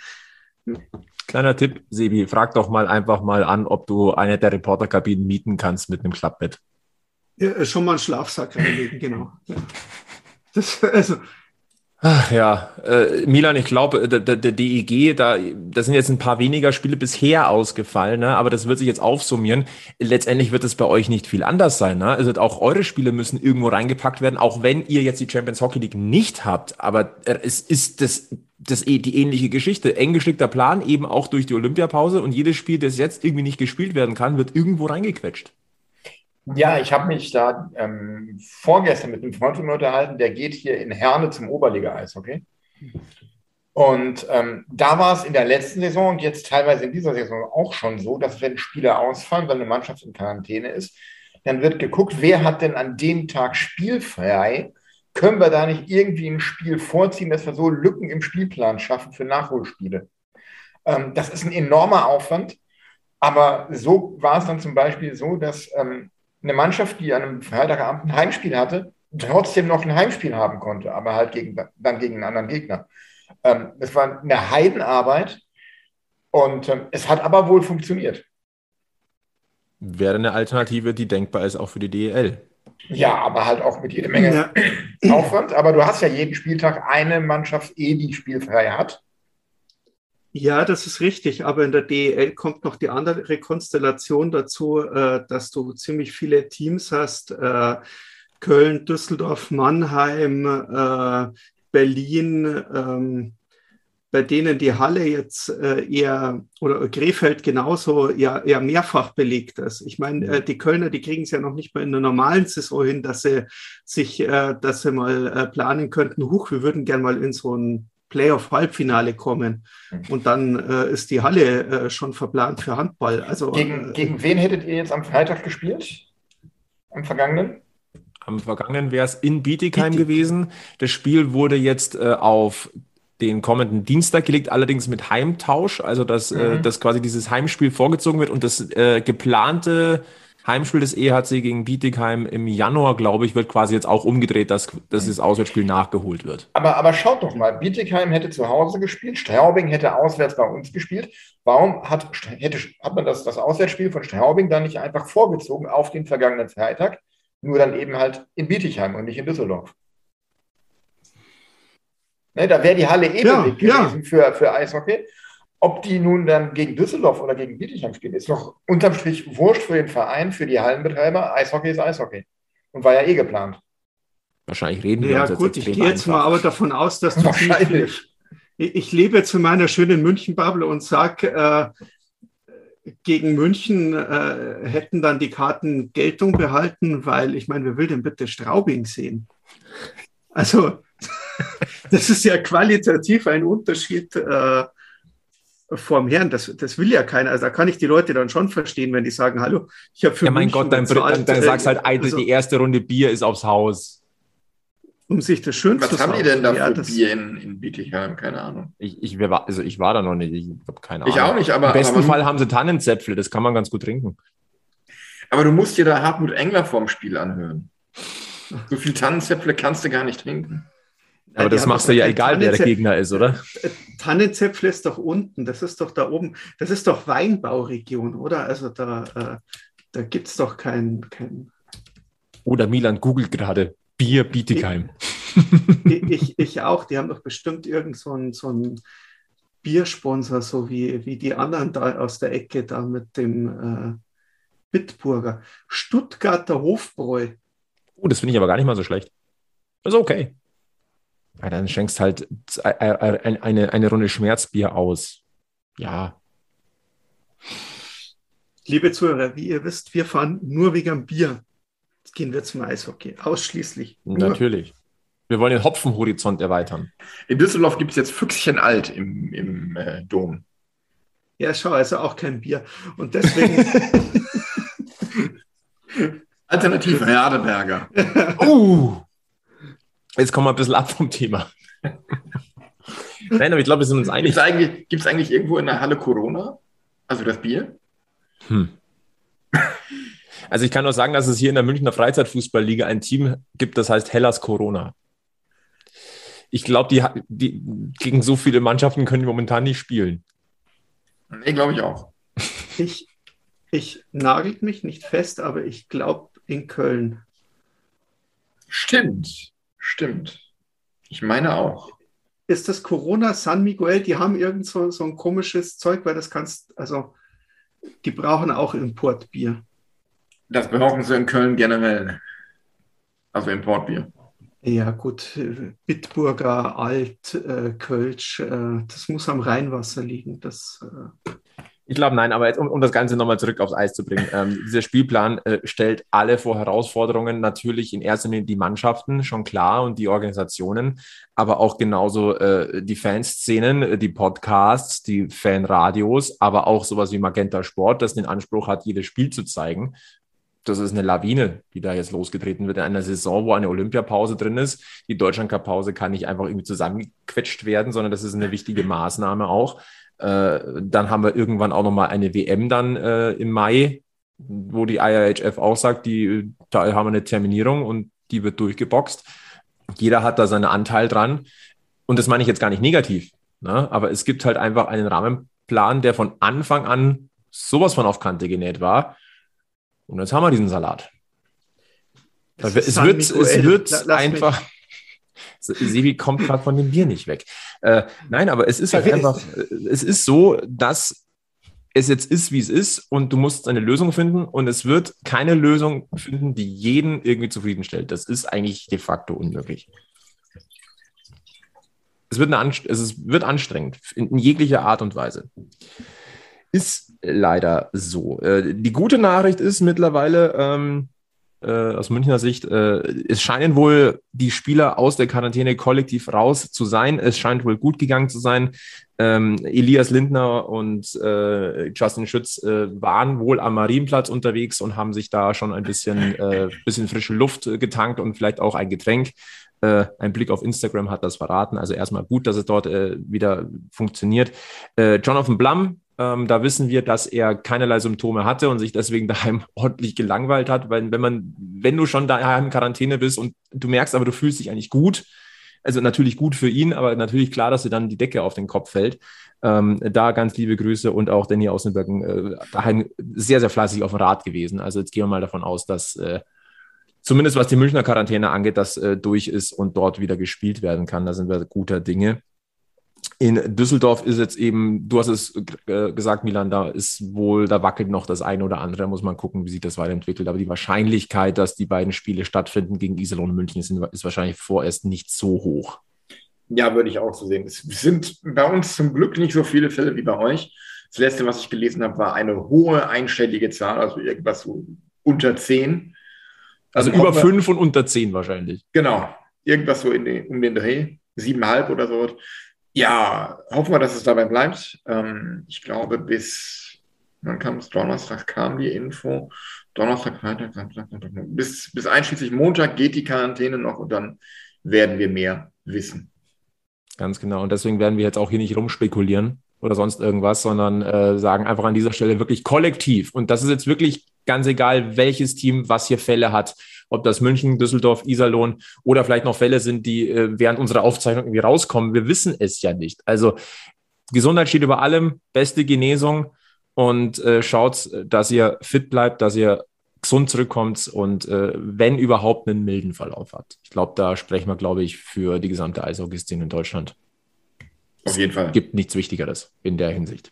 Kleiner Tipp, Sebi, frag doch mal einfach mal an, ob du eine der Reporterkabinen mieten kannst mit einem Klappbett. Ja, schon mal einen Schlafsack reinlegen, genau. Das, also... Ach ja, äh, Milan, ich glaube, der, der, der D E G, da, da sind jetzt ein paar weniger Spiele bisher ausgefallen, ne? Aber das wird sich jetzt aufsummieren. Letztendlich wird es bei euch nicht viel anders sein. Ne? Also auch eure Spiele müssen irgendwo reingepackt werden, auch wenn ihr jetzt die Champions Hockey League nicht habt. Aber es ist das, das die ähnliche Geschichte. Eng gestickter Plan, eben auch durch die Olympiapause. Und jedes Spiel, das jetzt irgendwie nicht gespielt werden kann, wird irgendwo reingequetscht. Ja, ich habe mich da ähm, vorgestern mit einem Freund von mir unterhalten, der geht hier in Herne zum Oberliga-Eishockey. Und ähm, da war es in der letzten Saison und jetzt teilweise in dieser Saison auch schon so, dass wenn Spieler ausfallen, weil eine Mannschaft in Quarantäne ist, dann wird geguckt, wer hat denn an dem Tag spielfrei? Können wir da nicht irgendwie ein Spiel vorziehen, dass wir so Lücken im Spielplan schaffen für Nachholspiele? Ähm, das ist ein enormer Aufwand, aber so war es dann zum Beispiel so, dass ähm, eine Mannschaft, die an einem Freitagabend ein Heimspiel hatte, trotzdem noch ein Heimspiel haben konnte, aber halt gegen, dann gegen einen anderen Gegner. Ähm, das war eine Heidenarbeit und ähm, es hat aber wohl funktioniert. Wäre eine Alternative, die denkbar ist auch für die D E L. Ja, aber halt auch mit jede Menge ja. Aufwand. Aber du hast ja jeden Spieltag eine Mannschaft eh, die spielfrei hat. Ja, das ist richtig, aber in der D E L kommt noch die andere Konstellation dazu, äh, dass du ziemlich viele Teams hast, äh, Köln, Düsseldorf, Mannheim, äh, Berlin, ähm, bei denen die Halle jetzt äh, eher, oder Krefeld genauso, ja, eher mehrfach belegt ist. Ich meine, äh, die Kölner, die kriegen es ja noch nicht mal in der normalen Saison hin, dass sie sich, äh, dass sie mal äh, planen könnten, huch, wir würden gern mal in so ein Playoff-Halbfinale kommen und dann äh, ist die Halle äh, schon verplant für Handball. Also, gegen, äh, gegen wen hättet ihr jetzt am Freitag gespielt? Am vergangenen? Am vergangenen wäre es in Bietigheim gewesen. Das Spiel wurde jetzt äh, auf den kommenden Dienstag gelegt, allerdings mit Heimtausch, also dass, mhm. äh, dass quasi dieses Heimspiel vorgezogen wird und das äh, geplante Heimspiel des E H C gegen Bietigheim im Januar, glaube ich, wird quasi jetzt auch umgedreht, dass, dass das Auswärtsspiel nachgeholt wird. Aber, aber schaut doch mal, Bietigheim hätte zu Hause gespielt, Straubing hätte auswärts bei uns gespielt. Warum hat, hätte, hat man das, das Auswärtsspiel von Straubing dann nicht einfach vorgezogen auf den vergangenen Freitag, nur dann eben halt in Bietigheim und nicht in Düsseldorf? Ne, da wäre die Halle eh ja, belegt ja. gewesen für, für Eishockey. Ob die nun dann gegen Düsseldorf oder gegen Bietigheim spielen, ist doch unterm Strich wurscht für den Verein, für die Hallenbetreiber. Eishockey ist Eishockey. Und war ja eh geplant. Wahrscheinlich reden wir ja, uns jetzt gut, ich gehe jetzt einfach. mal aber davon aus, dass du Wahrscheinlich. Ich, ich lebe jetzt in meiner schönen München-Bubble und sage, äh, gegen München äh, hätten dann die Karten Geltung behalten, weil, ich meine, wer will denn bitte Straubing sehen? Also, das ist ja qualitativ ein Unterschied äh, vorm Herrn. Das, das will ja keiner. Also da kann ich die Leute dann schon verstehen, wenn die sagen, hallo, ich habe für Ja, mein München Gott, dann, bezahlt, dann, dann sagst halt, also, die erste Runde Bier ist aufs Haus. Um sich das schön Was zu haben saufen. die denn da ja, für das, Bier in, in Bietigheim? Keine Ahnung. Ich, ich, war, also ich war da noch nicht, ich habe keine Ahnung. Ich auch nicht, aber... Im besten aber, Fall haben sie Tannenzäpfle, das kann man ganz gut trinken. Aber du musst dir da Hartmut Engler vorm Spiel anhören. So viel Tannenzäpfle kannst du gar nicht trinken. Aber das machst du ja egal, wer der Gegner ist, oder? Tannenzäpfle ist doch unten, das ist doch da oben, das ist doch Weinbauregion, oder? Also da, äh, da gibt es doch kein, kein... Oder Milan googelt gerade Bier Bietigheim. Ich, ich, ich auch, die haben doch bestimmt irgend so einen so einen Biersponsor, so wie, wie die anderen da aus der Ecke da mit dem äh, Bitburger. Stuttgarter Hofbräu. Oh, das finde ich aber gar nicht mal so schlecht. Das ist okay. Ja, dann schenkst halt eine, eine Runde Schmerzbier aus. Ja. Liebe Zuhörer, wie ihr wisst, wir fahren nur wegen Bier. Jetzt gehen wir zum Eishockey. Ausschließlich. Nur. Natürlich. Wir wollen den Hopfenhorizont erweitern. In Düsseldorf gibt es jetzt Füchschen Alt im, im äh, Dom. Ja, schau, also auch kein Bier. Und deswegen. Alternative, Herr Adelberger. Uh, jetzt kommen wir ein bisschen ab vom Thema. Nein, aber ich glaube, wir sind uns einig. Gibt es eigentlich, gibt's eigentlich irgendwo in der Halle Corona? Also das Bier? Hm. Also ich kann nur sagen, dass es hier in der Münchner Freizeitfußballliga ein Team gibt, das heißt Hellas Corona. Ich glaube, die, die gegen so viele Mannschaften können die momentan nicht spielen. Nee, glaube ich auch. Ich, ich nagelt mich nicht fest, aber ich glaube in Köln. Stimmt, stimmt. Ich meine auch. Ist das Corona San Miguel? Die haben irgend so, so ein komisches Zeug, weil das kannst, also die brauchen auch Importbier. Das brauchen sie in Köln generell. Also Importbier. Ja gut, Bitburger, Alt, äh, Kölsch, äh, das muss am Rheinwasser liegen. Das, äh Ich glaube, nein, aber jetzt, um, um das Ganze nochmal zurück aufs Eis zu bringen. Ähm, dieser Spielplan äh, stellt alle vor Herausforderungen, natürlich in erster Linie die Mannschaften, schon klar, und die Organisationen, aber auch genauso äh, die Fanszenen, die Podcasts, die Fanradios, aber auch sowas wie Magenta Sport, das den Anspruch hat, jedes Spiel zu zeigen. Das ist eine Lawine, die da jetzt losgetreten wird in einer Saison, wo eine Olympiapause drin ist. Die Deutschlandcup-Pause kann nicht einfach irgendwie zusammengequetscht werden, sondern das ist eine wichtige Maßnahme auch. Äh, dann haben wir irgendwann auch nochmal eine W M dann äh, im Mai, wo die I I H F auch sagt, die, da haben wir eine Terminierung und die wird durchgeboxt. Jeder hat da seinen Anteil dran. Und das meine ich jetzt gar nicht negativ, ne? Aber es gibt halt einfach einen Rahmenplan, der von Anfang an sowas von auf Kante genäht war. Und jetzt haben wir diesen Salat. Es, es wird, es wird einfach... Sebi kommt gerade von dem Bier nicht weg. Äh, nein, aber es ist halt einfach... Es ist so, dass es jetzt ist, wie es ist, und du musst eine Lösung finden, und es wird keine Lösung finden, die jeden irgendwie zufriedenstellt. Das ist eigentlich de facto unmöglich. Es wird, eine Anst- es wird anstrengend, in, in jeglicher Art und Weise. Ist leider so. Äh, die gute Nachricht ist mittlerweile, ähm, äh, aus Münchner Sicht, äh, es scheinen wohl die Spieler aus der Quarantäne kollektiv raus zu sein. Es scheint wohl gut gegangen zu sein. Ähm, Elias Lindner und äh, Justin Schütz äh, waren wohl am Marienplatz unterwegs und haben sich da schon ein bisschen, äh, bisschen frische Luft äh, getankt und vielleicht auch ein Getränk. Äh, ein Blick auf Instagram hat das verraten. Also erstmal gut, dass es dort äh, wieder funktioniert. Äh, Jonathan Blum, ähm, da wissen wir, dass er keinerlei Symptome hatte und sich deswegen daheim ordentlich gelangweilt hat, weil wenn man, wenn du schon daheim in Quarantäne bist und du merkst, aber du fühlst dich eigentlich gut, also natürlich gut für ihn, aber natürlich klar, dass dir dann die Decke auf den Kopf fällt. Ähm, da ganz liebe Grüße, und auch Danny Außenbergen äh, daheim sehr, sehr fleißig auf dem Rad gewesen. Also jetzt gehen wir mal davon aus, dass äh, zumindest was die Münchner Quarantäne angeht, das äh, durch ist und dort wieder gespielt werden kann. Da sind wir guter Dinge. In Düsseldorf ist jetzt eben, du hast es äh, gesagt, Milan, da ist wohl, da wackelt noch das eine oder andere, da muss man gucken, wie sich das weiterentwickelt. Aber die Wahrscheinlichkeit, dass die beiden Spiele stattfinden gegen Iserlohn und München, ist, ist wahrscheinlich vorerst nicht so hoch. Ja, würde ich auch so sehen. Es sind bei uns zum Glück nicht so viele Fälle wie bei euch. Das letzte, was ich gelesen habe, war eine hohe einstellige Zahl, also irgendwas so unter zehn. Also, also über fünf und unter zehn wahrscheinlich. Genau, irgendwas so in den, um den Dreh, siebeneinhalb oder so. Ja, hoffen wir, dass es dabei bleibt. Ähm, ich glaube, bis, wann kam es? Donnerstag kam die Info. Donnerstag, Freitag, Samstag, bis, bis einschließlich Montag geht die Quarantäne noch, und dann werden wir mehr wissen. Ganz genau. Und deswegen werden wir jetzt auch hier nicht rumspekulieren oder sonst irgendwas, sondern äh, sagen einfach an dieser Stelle wirklich kollektiv. Und das ist jetzt wirklich ganz egal, welches Team was hier Fälle hat. Ob das München, Düsseldorf, Iserlohn oder vielleicht noch Fälle sind, die äh, während unserer Aufzeichnung irgendwie rauskommen. Wir wissen es ja nicht. Also Gesundheit steht über allem, beste Genesung, und äh, schaut, dass ihr fit bleibt, dass ihr gesund zurückkommt und äh, wenn überhaupt einen milden Verlauf hat. Ich glaube, da sprechen wir, glaube ich, für die gesamte Eishockey-Szene in Deutschland. Auf jeden Fall. Es gibt nichts Wichtigeres in der Hinsicht.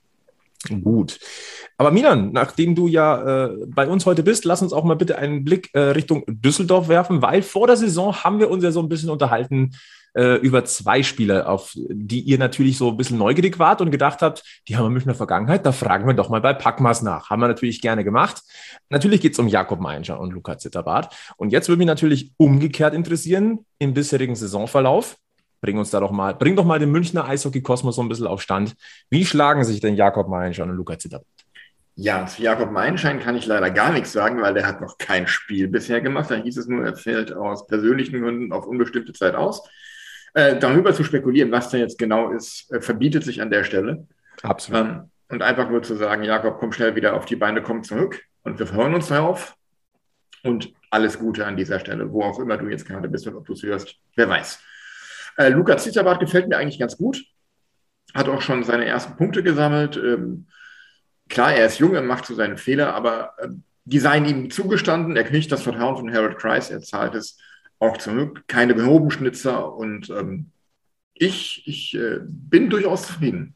Gut. Aber Milan, nachdem du ja äh, bei uns heute bist, lass uns auch mal bitte einen Blick äh, Richtung Düsseldorf werfen, weil vor der Saison haben wir uns ja so ein bisschen unterhalten äh, über zwei Spieler, auf die ihr natürlich so ein bisschen neugierig wart und gedacht habt, die haben wir Münchner Vergangenheit, da fragen wir doch mal bei Packmas nach. Haben wir natürlich gerne gemacht. Natürlich geht es um Jakob Meinscher und Luca Zitterbart. Und jetzt würde mich natürlich umgekehrt interessieren, im bisherigen Saisonverlauf, Bring uns da doch mal, bring doch mal den Münchner Eishockey-Kosmos so ein bisschen auf Stand. Wie schlagen sich denn Jakob Meilenstein und Luca Zitterbart? Ja, zu Jakob Meilenstein kann ich leider gar nichts sagen, weil der hat noch kein Spiel bisher gemacht. Da hieß es nur, er fällt aus persönlichen Gründen auf unbestimmte Zeit aus. Äh, darüber zu spekulieren, was da jetzt genau ist, äh, verbietet sich an der Stelle. Absolut. Ähm, und einfach nur zu sagen, Jakob, komm schnell wieder auf die Beine, komm zurück und wir freuen uns darauf. Und alles Gute an dieser Stelle, wo auch immer du jetzt gerade bist und ob du es hörst, wer weiß. Äh, Luca Zitterbart gefällt mir eigentlich ganz gut. Hat auch schon seine ersten Punkte gesammelt. Ähm, klar, er ist jung, er macht so seine Fehler, aber äh, die seien ihm zugestanden. Er kriegt das Vertrauen von Harold Kreis, er zahlt es auch zurück. Keine Gehobenschnitzer und ähm, ich, ich äh, bin durchaus zufrieden.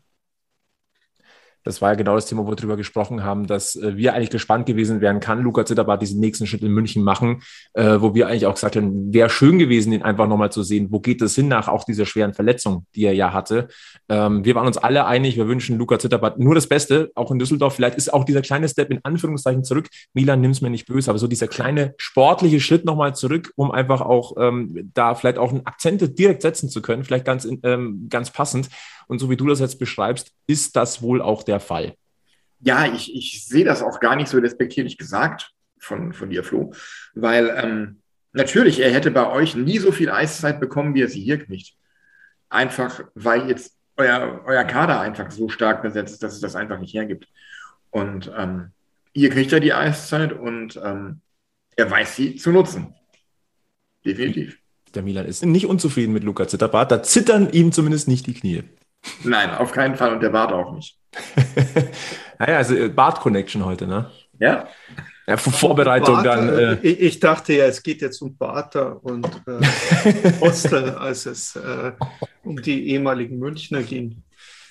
Das war ja genau das Thema, wo wir drüber gesprochen haben, dass äh, wir eigentlich gespannt gewesen wären, kann Luca Zitterbart diesen nächsten Schritt in München machen, äh, wo wir eigentlich auch gesagt haben, wäre schön gewesen, ihn einfach nochmal zu sehen, wo geht es hin nach auch dieser schweren Verletzung, die er ja hatte. Ähm, wir waren uns alle einig, wir wünschen Luca Zitterbart nur das Beste, auch in Düsseldorf. Vielleicht ist auch dieser kleine Step in Anführungszeichen zurück, Milan, nimm es mir nicht böse, aber so dieser kleine sportliche Schritt nochmal zurück, um einfach auch ähm, da vielleicht auch einen Akzente direkt setzen zu können, vielleicht ganz, ähm, ganz passend. Und so wie du das jetzt beschreibst, ist das wohl auch der Fall. Ja, ich, ich sehe das auch gar nicht so despektierlich gesagt von, von dir, Flo, weil ähm, natürlich, er hätte bei euch nie so viel Eiszeit bekommen, wie er sie hier kriegt. Einfach, weil jetzt euer, euer Kader einfach so stark besetzt ist, dass es das einfach nicht hergibt. Und ähm, ihr kriegt ja die Eiszeit und ähm, er weiß sie zu nutzen. Definitiv. Der Milan ist nicht unzufrieden mit Luca Zitterbart, da zittern ihm zumindest nicht die Knie. Nein, auf keinen Fall und der Bart auch nicht. Naja, also Bart-Connection heute, ne? Ja. Ja, Vorbereitung Barter, dann. Äh, ich, ich dachte ja, es geht jetzt um Barter und äh, Postel, als es äh, um die ehemaligen Münchner ging.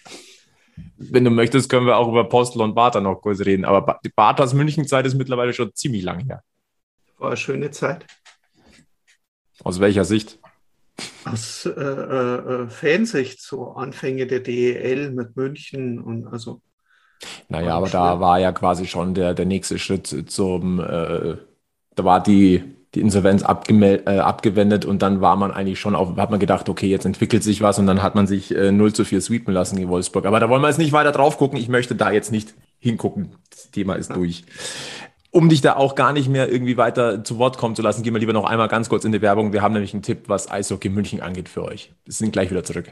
Wenn du möchtest, können wir auch über Postel und Barter noch kurz reden. Aber die Barters Münchenzeit ist mittlerweile schon ziemlich lang her. War eine schöne Zeit. Aus welcher Sicht? Aus äh, äh, Fansicht, so Anfänge der D E L mit München und also. Naja, aber da war ja quasi schon der, der nächste Schritt zum, äh, da war die, die Insolvenz abgemel- äh, abgewendet und dann war man eigentlich schon auf, hat man gedacht, okay, jetzt entwickelt sich was und dann hat man sich äh, null zu vier sweepen lassen in Wolfsburg. Aber da wollen wir jetzt nicht weiter drauf gucken. Ich möchte da jetzt nicht hingucken. Das Thema ist ja durch. Um dich da auch gar nicht mehr irgendwie weiter zu Wort kommen zu lassen, gehen wir lieber noch einmal ganz kurz in die Werbung. Wir haben nämlich einen Tipp, was Eishockey München angeht für euch. Wir sind gleich wieder zurück.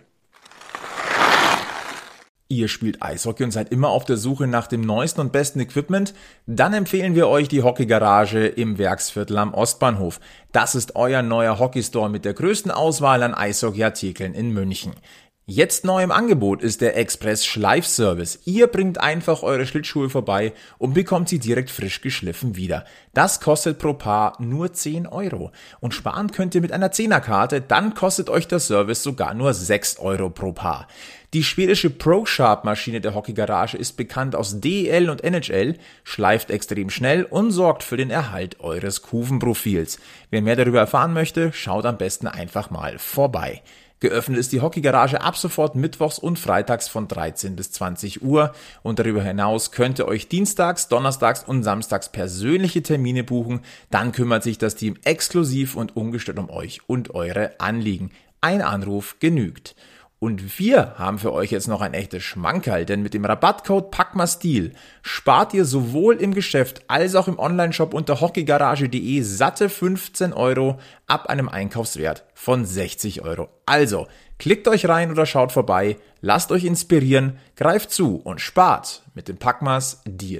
Ihr spielt Eishockey und seid immer auf der Suche nach dem neuesten und besten Equipment? Dann empfehlen wir euch die Hockeygarage im Werksviertel am Ostbahnhof. Das ist euer neuer Hockeystore mit der größten Auswahl an Eishockeyartikeln in München. Jetzt neu im Angebot ist der Express Schleifservice. Ihr bringt einfach eure Schlittschuhe vorbei und bekommt sie direkt frisch geschliffen wieder. Das kostet pro Paar nur zehn Euro. Und sparen könnt ihr mit einer Zehnerkarte, dann kostet euch der Service sogar nur sechs Euro pro Paar. Die schwedische ProSharp-Maschine der Hockeygarage ist bekannt aus D E L und N H L, schleift extrem schnell und sorgt für den Erhalt eures Kuvenprofils. Wer mehr darüber erfahren möchte, schaut am besten einfach mal vorbei. Geöffnet ist die Hockeygarage ab sofort mittwochs und freitags von dreizehn bis zwanzig Uhr und darüber hinaus könnt ihr euch dienstags, donnerstags und samstags persönliche Termine buchen. Dann kümmert sich das Team exklusiv und ungestört um euch und eure Anliegen. Ein Anruf genügt. Und wir haben für euch jetzt noch ein echtes Schmankerl, denn mit dem Rabattcode PACKMASTIL spart ihr sowohl im Geschäft als auch im Onlineshop unter hockeygarage punkt de satte fünfzehn Euro ab einem Einkaufswert von sechzig Euro. Also, klickt euch rein oder schaut vorbei, lasst euch inspirieren, greift zu und spart mit dem Packmas Deal.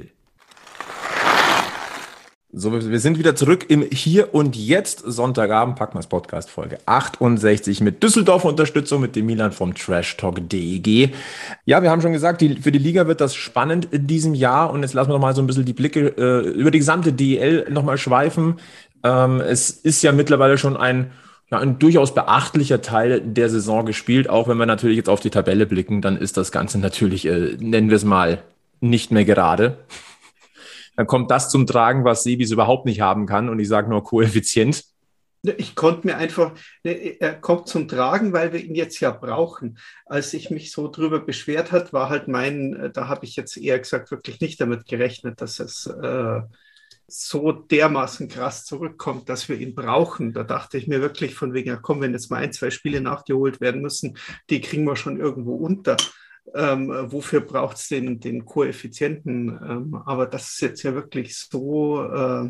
So, wir sind wieder zurück im Hier und Jetzt, Sonntagabend, Packmas Podcast Folge achtundsechzig mit Düsseldorfer Unterstützung mit dem Milan vom Trash Talk punkt D E G. Ja, wir haben schon gesagt, die, für die Liga wird das spannend in diesem Jahr und jetzt lassen wir noch mal so ein bisschen die Blicke äh, über die gesamte D E L noch mal schweifen. Ähm, es ist ja mittlerweile schon ein, ja, ein durchaus beachtlicher Teil der Saison gespielt, auch wenn wir natürlich jetzt auf die Tabelle blicken, dann ist das Ganze natürlich, äh, nennen wir es mal, nicht mehr gerade. Dann kommt das zum Tragen, was Sebis überhaupt nicht haben kann. Und ich sage nur Koeffizient. Ich konnte mir einfach, er kommt zum Tragen, weil wir ihn jetzt ja brauchen. Als ich mich so drüber beschwert hat, war halt mein, da habe ich jetzt eher gesagt, wirklich nicht damit gerechnet, dass es äh, so dermaßen krass zurückkommt, dass wir ihn brauchen. Da dachte ich mir wirklich von wegen, ja komm, wenn jetzt mal ein, zwei Spiele nachgeholt werden müssen, die kriegen wir schon irgendwo unter. Ähm, wofür braucht es den, den Koeffizienten? Ähm, aber das ist jetzt ja wirklich so, äh,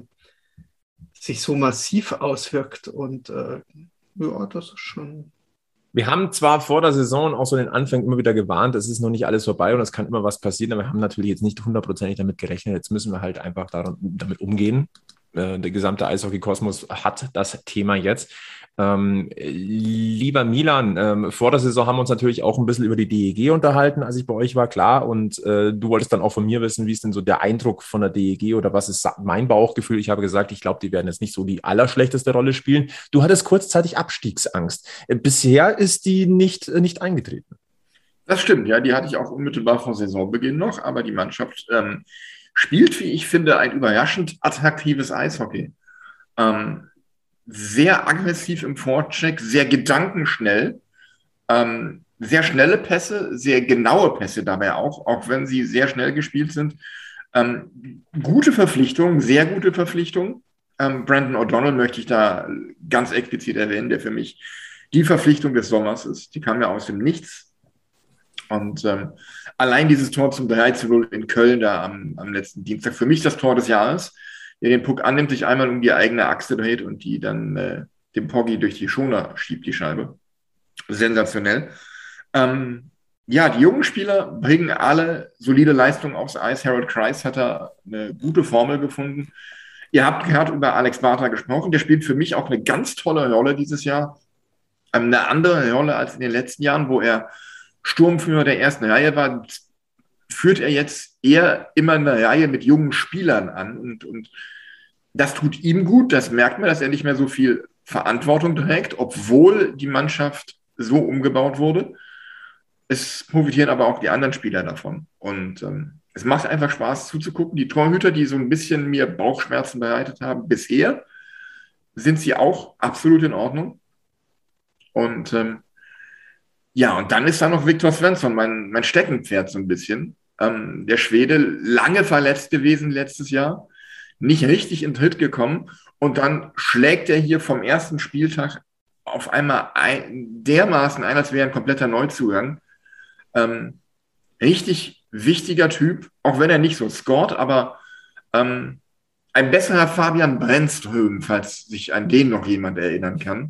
sich so massiv auswirkt und äh, ja, das ist schon... Wir haben zwar vor der Saison auch so den Anfang immer wieder gewarnt, es ist noch nicht alles vorbei und es kann immer was passieren, aber wir haben natürlich jetzt nicht hundertprozentig damit gerechnet. Jetzt müssen wir halt einfach daran, damit umgehen. Äh, der gesamte Eishockey-Kosmos hat das Thema jetzt. Ähm, lieber Milan, ähm, vor der Saison haben wir uns natürlich auch ein bisschen über die D E G unterhalten, als ich bei euch war, klar. Und äh, du wolltest dann auch von mir wissen, wie ist denn so der Eindruck von der D E G oder was ist mein Bauchgefühl? Ich habe gesagt, ich glaube, die werden jetzt nicht so die allerschlechteste Rolle spielen. Du hattest kurzzeitig Abstiegsangst. Äh, bisher ist die nicht, äh, nicht eingetreten. Das stimmt, ja, die hatte ich auch unmittelbar vor Saisonbeginn noch, aber die Mannschaft ähm, spielt, wie ich finde, ein überraschend attraktives Eishockey. Ähm, sehr aggressiv im Vorcheck, sehr gedankenschnell, ähm, sehr schnelle Pässe, sehr genaue Pässe dabei auch, auch wenn sie sehr schnell gespielt sind. Ähm, gute Verpflichtungen, sehr gute Verpflichtungen. Ähm, Brandon O'Donnell möchte ich da ganz explizit erwähnen, der für mich die Verpflichtung des Sommers ist. Die kam ja aus dem Nichts. Und ähm, allein dieses Tor zum drei zu null in Köln da am, am letzten Dienstag, für mich das Tor des Jahres, der den Puck annimmt, sich einmal um die eigene Achse dreht und die dann äh, dem Poggi durch die Schoner schiebt, die Scheibe. Sensationell. Ähm, ja, die jungen Spieler bringen alle solide Leistungen aufs Eis. Harold Kreis hat da eine gute Formel gefunden. Ihr habt gerade über Alex Barter gesprochen. Der spielt für mich auch eine ganz tolle Rolle dieses Jahr. Eine andere Rolle als in den letzten Jahren, wo er Sturmführer der ersten Reihe war, führt er jetzt eher immer eine Reihe mit jungen Spielern an. Und, und das tut ihm gut. Das merkt man, dass er nicht mehr so viel Verantwortung trägt, obwohl die Mannschaft so umgebaut wurde. Es profitieren aber auch die anderen Spieler davon. Und ähm, es macht einfach Spaß zuzugucken. Die Torhüter, die so ein bisschen mir Bauchschmerzen bereitet haben, bisher sind sie auch absolut in Ordnung. Und ähm, ja, und dann ist da noch Viktor Svensson, mein, mein Steckenpferd so ein bisschen. Ähm, der Schwede, lange verletzt gewesen letztes Jahr, nicht richtig in Tritt gekommen. Und dann schlägt er hier vom ersten Spieltag auf einmal ein, dermaßen ein, als wäre ein kompletter Neuzugang. Ähm, richtig wichtiger Typ, auch wenn er nicht so scored, aber ähm, ein besserer Fabian Brennström, falls sich an den noch jemand erinnern kann.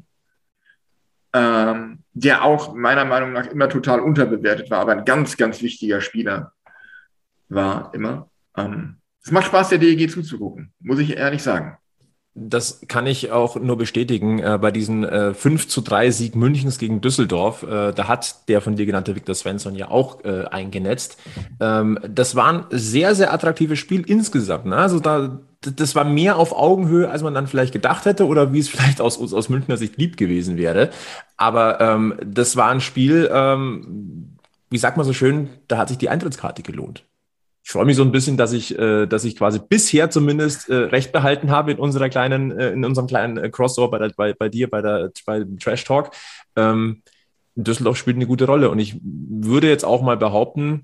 Ähm, der auch meiner Meinung nach immer total unterbewertet war, aber ein ganz, ganz wichtiger Spieler war immer. Ähm, es macht Spaß, der D E G zuzugucken, muss ich ehrlich sagen. Das kann ich auch nur bestätigen. Äh, bei diesem äh, fünf zu drei Sieg Münchens gegen Düsseldorf, äh, da hat der von dir genannte Viktor Svensson ja auch äh, eingenetzt. Ähm, das war ein sehr, sehr attraktives Spiel insgesamt. Ne? Also da, das war mehr auf Augenhöhe, als man dann vielleicht gedacht hätte oder wie es vielleicht aus, aus Münchner Sicht lieb gewesen wäre. Aber ähm, das war ein Spiel, ähm, wie sagt man so schön, da hat sich die Eintrittskarte gelohnt. Ich freue mich so ein bisschen, dass ich, äh, dass ich quasi bisher zumindest äh, recht behalten habe in unserer kleinen, äh, in unserem kleinen äh, Crossover bei, der, bei, bei dir, bei der bei Trash Talk. Ähm, Düsseldorf spielt eine gute Rolle und ich würde jetzt auch mal behaupten,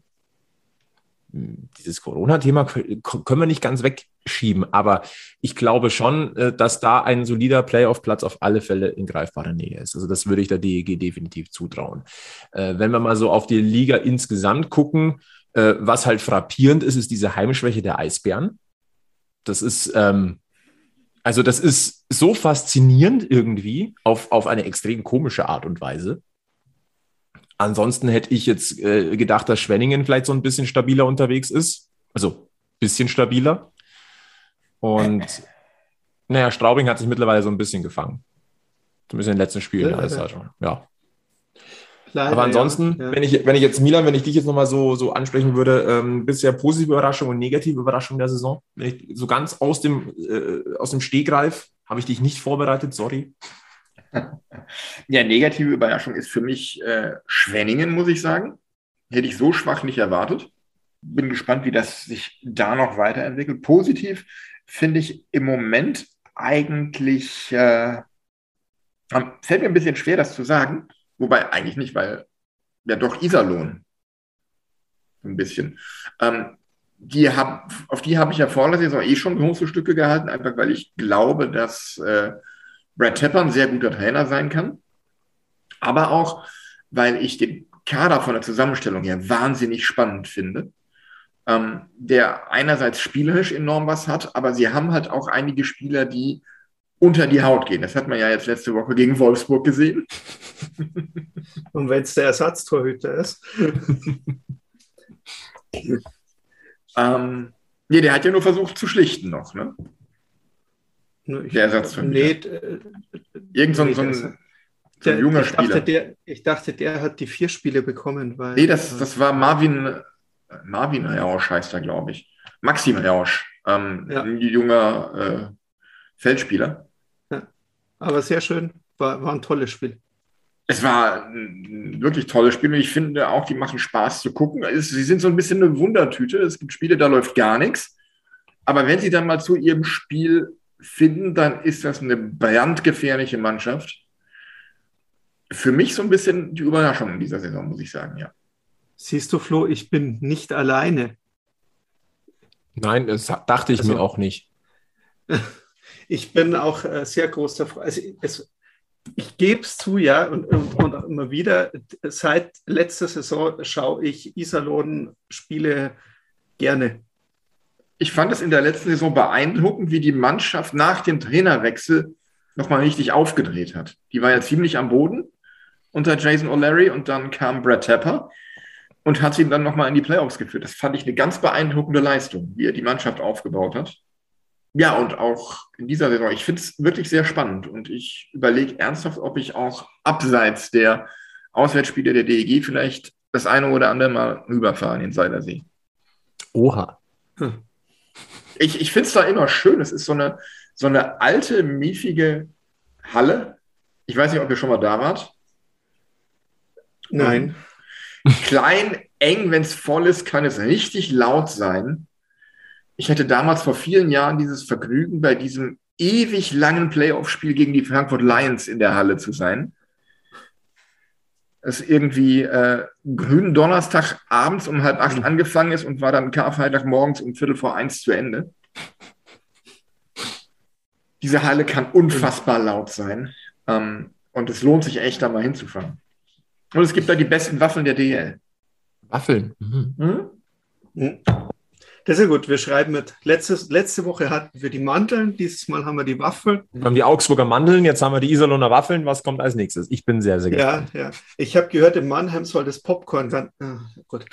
dieses Corona-Thema können wir nicht ganz wegschieben, aber ich glaube schon, äh, dass da ein solider Playoff-Platz auf alle Fälle in greifbarer Nähe ist. Also das würde ich der D E G definitiv zutrauen. Äh, wenn wir mal so auf die Liga insgesamt gucken, Äh, was halt frappierend ist, ist diese Heimschwäche der Eisbären. Das ist, ähm, also das ist so faszinierend irgendwie auf, auf eine extrem komische Art und Weise. Ansonsten hätte ich jetzt äh, gedacht, dass Schwenningen vielleicht so ein bisschen stabiler unterwegs ist. Also ein bisschen stabiler. Und naja, Straubing hat sich mittlerweile so ein bisschen gefangen. Zumindest in den letzten Spielen. Ja, also, ja. Leider, aber ansonsten, ja, ja. wenn ich wenn ich jetzt, Milan, wenn ich dich jetzt nochmal so, so ansprechen würde, ähm, bisher positive Überraschung und negative Überraschung der Saison. Wenn ich so ganz aus dem, äh, aus dem Stegreif, habe ich dich nicht vorbereitet, sorry. Ja, negative Überraschung ist für mich äh, Schwenningen, muss ich sagen. Hätte ich so schwach nicht erwartet. Bin gespannt, wie das sich da noch weiterentwickelt. Positiv finde ich im Moment eigentlich, äh, fällt mir ein bisschen schwer, das zu sagen. Wobei eigentlich nicht, weil ja doch Iserlohn ein bisschen. Ähm, die hab, auf die habe ich ja vor der Saison eh schon große Stücke gehalten, einfach weil ich glaube, dass äh, Brad Tepper ein sehr guter Trainer sein kann. Aber auch, weil ich den Kader von der Zusammenstellung her wahnsinnig spannend finde. Ähm, der einerseits spielerisch enorm was hat, aber sie haben halt auch einige Spieler, die unter die Haut gehen. Das hat man ja jetzt letzte Woche gegen Wolfsburg gesehen. Und wenn es der Ersatztorhüter ist. ähm, nee, der hat ja nur versucht zu schlichten noch, ne? Ich, der Ersatztorhüter. Nee, äh, Irgend so ein, nee, so ein, der, so ein der, junger ich Spieler. Dachte, der, ich dachte, der hat die vier Spiele bekommen. Weil, nee, das, das war Marvin, Marvin Rausch heißt er, glaube ich. Maxim Rausch, ähm, Ja. ein junger äh, Feldspieler. Ja. Aber sehr schön, war, war ein tolles Spiel. Es war ein wirklich tolles Spiel und ich finde auch, die machen Spaß zu gucken. Es, sie sind so ein bisschen eine Wundertüte. Es gibt Spiele, da läuft gar nichts. Aber wenn sie dann mal zu ihrem Spiel finden, dann ist das eine brandgefährliche Mannschaft. Für mich so ein bisschen die Überraschung in dieser Saison, muss ich sagen, ja. Siehst du, Flo, ich bin nicht alleine. Nein, das dachte ich Also- mir auch nicht. Ich bin auch äh, sehr groß davor. Also es, ich gebe es zu, ja, und, und, und auch immer wieder, seit letzter Saison schaue ich Iserlohn-Spiele gerne. Ich fand es in der letzten Saison beeindruckend, wie die Mannschaft nach dem Trainerwechsel nochmal richtig aufgedreht hat. Die war ja ziemlich am Boden unter Jason O'Leary und dann kam Brad Tepper und hat sie dann nochmal in die Playoffs geführt. Das fand ich eine ganz beeindruckende Leistung, wie er die Mannschaft aufgebaut hat. Ja, und auch in dieser Saison, ich finde es wirklich sehr spannend und ich überlege ernsthaft, ob ich auch abseits der Auswärtsspiele der D E G vielleicht das eine oder andere Mal rüberfahre in den Seilersee. Oha. Ich, ich finde es da immer schön. Es ist so eine, so eine alte, miefige Halle. Ich weiß nicht, ob ihr schon mal da wart. Nein. Klein, eng, wenn es voll ist, kann es richtig laut sein. Ich hatte damals vor vielen Jahren dieses Vergnügen, bei diesem ewig langen Playoff-Spiel gegen die Frankfurt Lions in der Halle zu sein. Es irgendwie äh, grünen Donnerstag abends um halb acht angefangen ist und war dann Karfreitag morgens um Viertel vor eins zu Ende. Diese Halle kann unfassbar laut sein. Ähm, und es lohnt sich echt, da mal hinzufahren. Und es gibt da die besten Waffeln der D E L. Waffeln. Mhm. Hm? Das ist ja gut. Wir schreiben mit. Letztes, letzte Woche hatten wir die Mandeln, dieses Mal haben wir die Waffeln. Wir haben die Augsburger Mandeln, jetzt haben wir die Iserlohner Waffeln. Was kommt als nächstes? Ich bin sehr, sehr gespannt. Ja, ja. Ich habe gehört, in Mannheim soll das Popcorn dann. Ah, gut.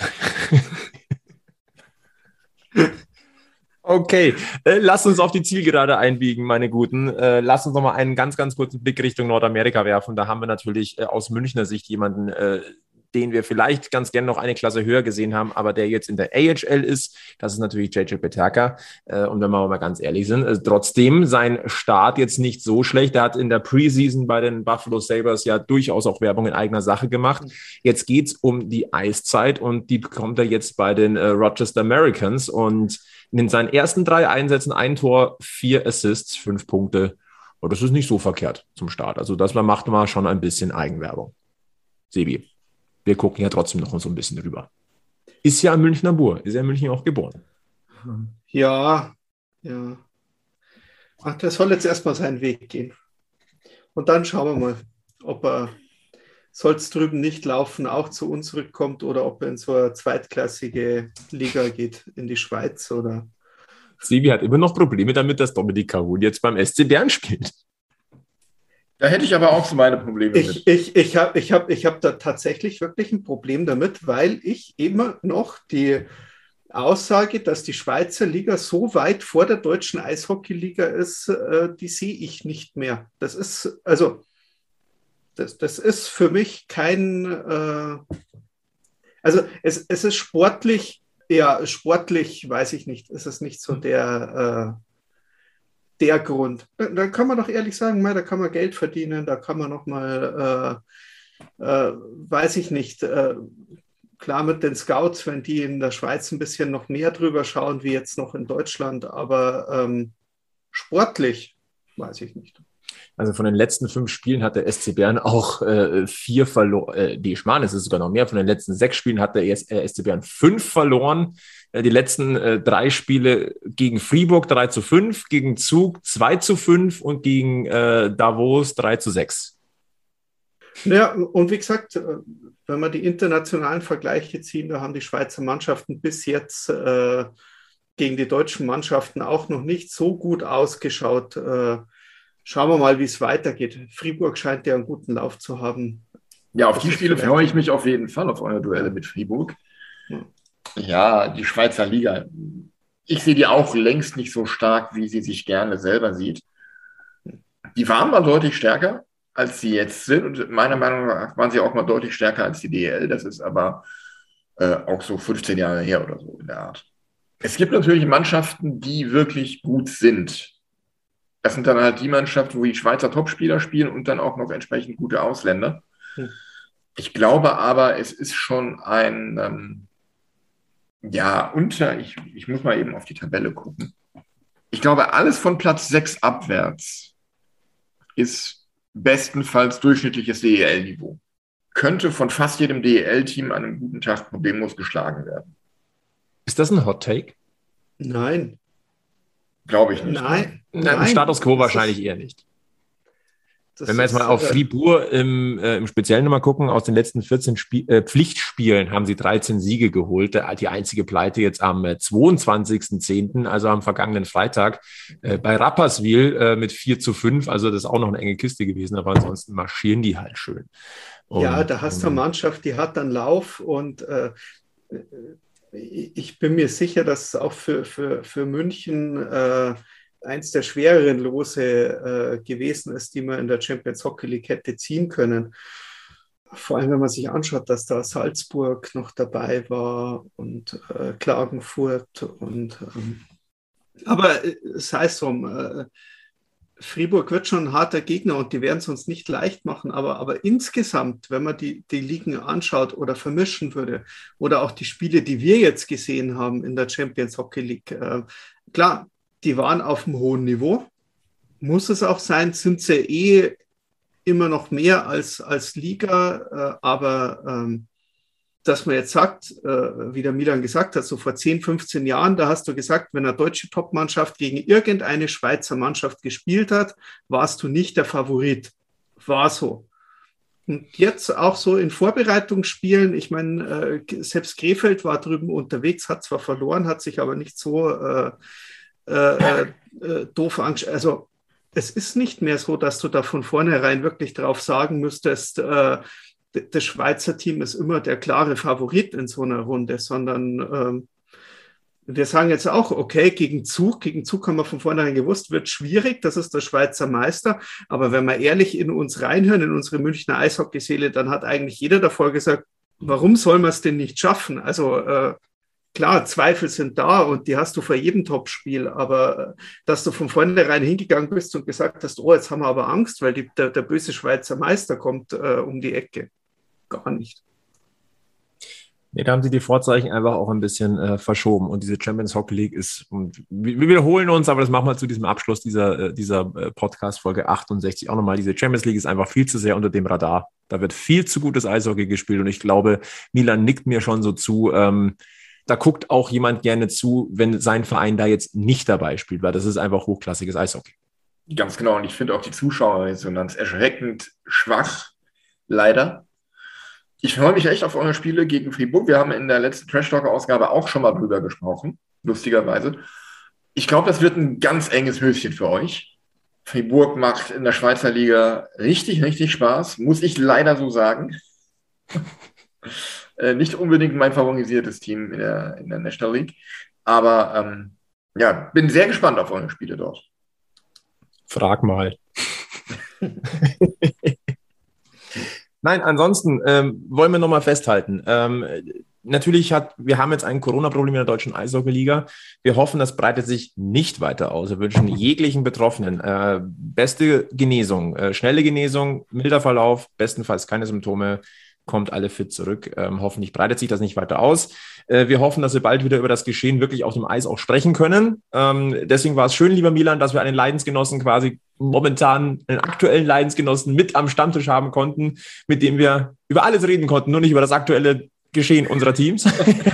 Okay, äh, lasst uns auf die Zielgerade einbiegen, meine Guten. Äh, lasst uns noch mal einen ganz, ganz kurzen Blick Richtung Nordamerika werfen. Da haben wir natürlich äh, aus Münchner Sicht jemanden, äh, den wir vielleicht ganz gerne noch eine Klasse höher gesehen haben, aber der jetzt in der A H L ist. Das ist natürlich J J Peterka. Äh, und wenn wir mal ganz ehrlich sind, äh, trotzdem sein Start jetzt nicht so schlecht. Er hat in der Preseason bei den Buffalo Sabres ja durchaus auch Werbung in eigener Sache gemacht. Jetzt geht's um die Eiszeit und die bekommt er jetzt bei den äh, Rochester Americans und in seinen ersten drei Einsätzen ein Tor, vier Assists, fünf Punkte. Und das ist nicht so verkehrt zum Start. Also das macht mal schon ein bisschen Eigenwerbung. Sebi, wir gucken ja trotzdem noch so ein bisschen drüber. Ist ja ein Münchner Bur, ist ja in München auch geboren. Ja, ja. Ach, der soll jetzt erstmal seinen Weg gehen. Und dann schauen wir mal, ob er, soll es drüben nicht laufen, auch zu uns zurückkommt oder ob er in so eine zweitklassige Liga geht, in die Schweiz oder. Sebi hat immer noch Probleme damit, dass Dominik Kahun jetzt beim S C Bern spielt. Da hätte ich aber auch so meine Probleme Ich, mit. ich, ich habe ich hab, ich hab da tatsächlich wirklich ein Problem damit, weil ich immer noch die Aussage, dass die Schweizer Liga so weit vor der deutschen Eishockeyliga ist, äh, die sehe ich nicht mehr. Das ist, also, das, das ist für mich kein, äh, also es, es ist sportlich, ja, sportlich, weiß ich nicht, ist es nicht so der, äh, der Grund. Da kann man doch ehrlich sagen, da kann man Geld verdienen, da kann man noch mal, äh, äh, weiß ich nicht, äh, klar mit den Scouts, wenn die in der Schweiz ein bisschen noch mehr drüber schauen, wie jetzt noch in Deutschland, aber ähm, sportlich, weiß ich nicht. Also von den letzten fünf Spielen hat der S C Bern auch äh, vier verloren. Äh, die Schmarrn ist es sogar noch mehr. Von den letzten sechs Spielen hat der S C Bern fünf verloren. Äh, die letzten äh, drei Spiele gegen Fribourg drei zu fünf, gegen Zug zwei zu fünf und gegen äh, Davos drei zu sechs. Ja, und wie gesagt, wenn wir die internationalen Vergleiche ziehen, da haben die Schweizer Mannschaften bis jetzt äh, gegen die deutschen Mannschaften auch noch nicht so gut ausgeschaut. Äh, schauen wir mal, wie es weitergeht. Fribourg scheint ja einen guten Lauf zu haben. Ja, auf die Spiele freue ich mich auf jeden Fall, auf eure Duelle mit Fribourg. Ja. Ja, die Schweizer Liga. Ich sehe die auch längst nicht so stark, wie sie sich gerne selber sieht. Die waren mal deutlich stärker, als sie jetzt sind. Und meiner Meinung nach waren sie auch mal deutlich stärker als die D E L. Das ist aber äh, auch so fünfzehn Jahre her oder so in der Art. Es gibt natürlich Mannschaften, die wirklich gut sind. Das sind dann halt die Mannschaften, wo die Schweizer Topspieler spielen und dann auch noch entsprechend gute Ausländer. Hm. Ich glaube aber, es ist schon ein, ähm, ja, unter, ich, ich muss mal eben auf die Tabelle gucken. Ich glaube, alles von Platz sechs abwärts ist bestenfalls durchschnittliches D E L-Niveau. Könnte von fast jedem D E L-Team an einem guten Tag problemlos geschlagen werden. Ist das ein Hot Take? Nein. Glaube ich nicht. Nein. Nein, Nein. Status Quo wahrscheinlich ist, eher nicht. Wenn wir jetzt mal auf Fribourg im, äh, im Speziellen nochmal gucken, aus den letzten vierzehn Spie- äh, Pflichtspielen haben sie dreizehn Siege geholt. Die einzige Pleite jetzt am äh, zweiundzwanzigsten zehnten, also am vergangenen Freitag, äh, bei Rapperswil äh, mit vier zu fünf. Also das ist auch noch eine enge Kiste gewesen, aber ansonsten marschieren die halt schön. Und, ja, da hast du eine Mannschaft, die hat dann Lauf und äh, ich bin mir sicher, dass auch für, für, für München äh, eins der schwereren Lose äh, gewesen ist, die man in der Champions Hockey League hätte ziehen können. Vor allem, wenn man sich anschaut, dass da Salzburg noch dabei war und äh, Klagenfurt. Und, ähm, aber äh, sei es drum, äh, Fribourg wird schon ein harter Gegner und die werden es uns nicht leicht machen, aber, aber insgesamt, wenn man die, die Ligen anschaut oder vermischen würde oder auch die Spiele, die wir jetzt gesehen haben in der Champions Hockey League, äh, klar, die waren auf einem hohen Niveau, muss es auch sein, sind sie eh immer noch mehr als, als Liga, äh, aber ähm, dass man jetzt sagt, äh, wie der Milan gesagt hat, so vor zehn, fünfzehn Jahren, da hast du gesagt, wenn eine deutsche Topmannschaft gegen irgendeine Schweizer Mannschaft gespielt hat, warst du nicht der Favorit. War so. Und jetzt auch so in Vorbereitungsspielen, ich meine, äh, selbst Krefeld war drüben unterwegs, hat zwar verloren, hat sich aber nicht so äh, äh, äh, doof angeschaut. Also es ist nicht mehr so, dass du da von vornherein wirklich drauf sagen müsstest, äh, das Schweizer Team ist immer der klare Favorit in so einer Runde, sondern ähm, wir sagen jetzt auch, okay, gegen Zug, gegen Zug haben wir von vornherein gewusst, wird schwierig, das ist der Schweizer Meister, aber wenn wir ehrlich in uns reinhören, in unsere Münchner Eishockeyseele, dann hat eigentlich jeder davor gesagt, warum soll man es denn nicht schaffen? Also äh, klar, Zweifel sind da und die hast du vor jedem Topspiel, aber dass du von vornherein hingegangen bist und gesagt hast, oh, jetzt haben wir aber Angst, weil die, der, der böse Schweizer Meister kommt äh, um die Ecke. Gar nicht. Nee, da haben sie die Vorzeichen einfach auch ein bisschen äh, verschoben. Und diese Champions Hockey League ist, und wir, wir wiederholen uns, aber das machen wir zu diesem Abschluss dieser, dieser äh, Podcast-Folge achtundsechzig auch nochmal. Diese Champions League ist einfach viel zu sehr unter dem Radar. Da wird viel zu gutes Eishockey gespielt und ich glaube, Milan nickt mir schon so zu, ähm, da guckt auch jemand gerne zu, wenn sein Verein da jetzt nicht dabei spielt, weil das ist einfach hochklassiges Eishockey. Ganz genau. Und ich finde auch die Zuschauerresonanz erschreckend schwach, leider. Ich freue mich echt auf eure Spiele gegen Fribourg. Wir haben in der letzten Trash-Talker-Ausgabe auch schon mal drüber gesprochen, lustigerweise. Ich glaube, das wird ein ganz enges Höschen für euch. Fribourg macht in der Schweizer Liga richtig, richtig Spaß, muss ich leider so sagen. äh, nicht unbedingt mein favorisiertes Team in der, in der National League. Aber ähm, ja, bin sehr gespannt auf eure Spiele dort. Frag mal. Nein, ansonsten ähm, wollen wir nochmal festhalten. Ähm, natürlich hat, wir haben jetzt ein Corona-Problem in der deutschen Eishockey-Liga. Wir hoffen, das breitet sich nicht weiter aus. Wir wünschen jeglichen Betroffenen äh, beste Genesung, äh, schnelle Genesung, milder Verlauf, bestenfalls keine Symptome. kommt alle fit zurück. Ähm, hoffentlich breitet sich das nicht weiter aus. Äh, wir hoffen, dass wir bald wieder über das Geschehen wirklich auf dem Eis auch sprechen können. Ähm, deswegen war es schön, lieber Milan, dass wir einen Leidensgenossen quasi momentan, einen aktuellen Leidensgenossen mit am Stammtisch haben konnten, mit dem wir über alles reden konnten, nur nicht über das aktuelle Geschehen unserer Teams.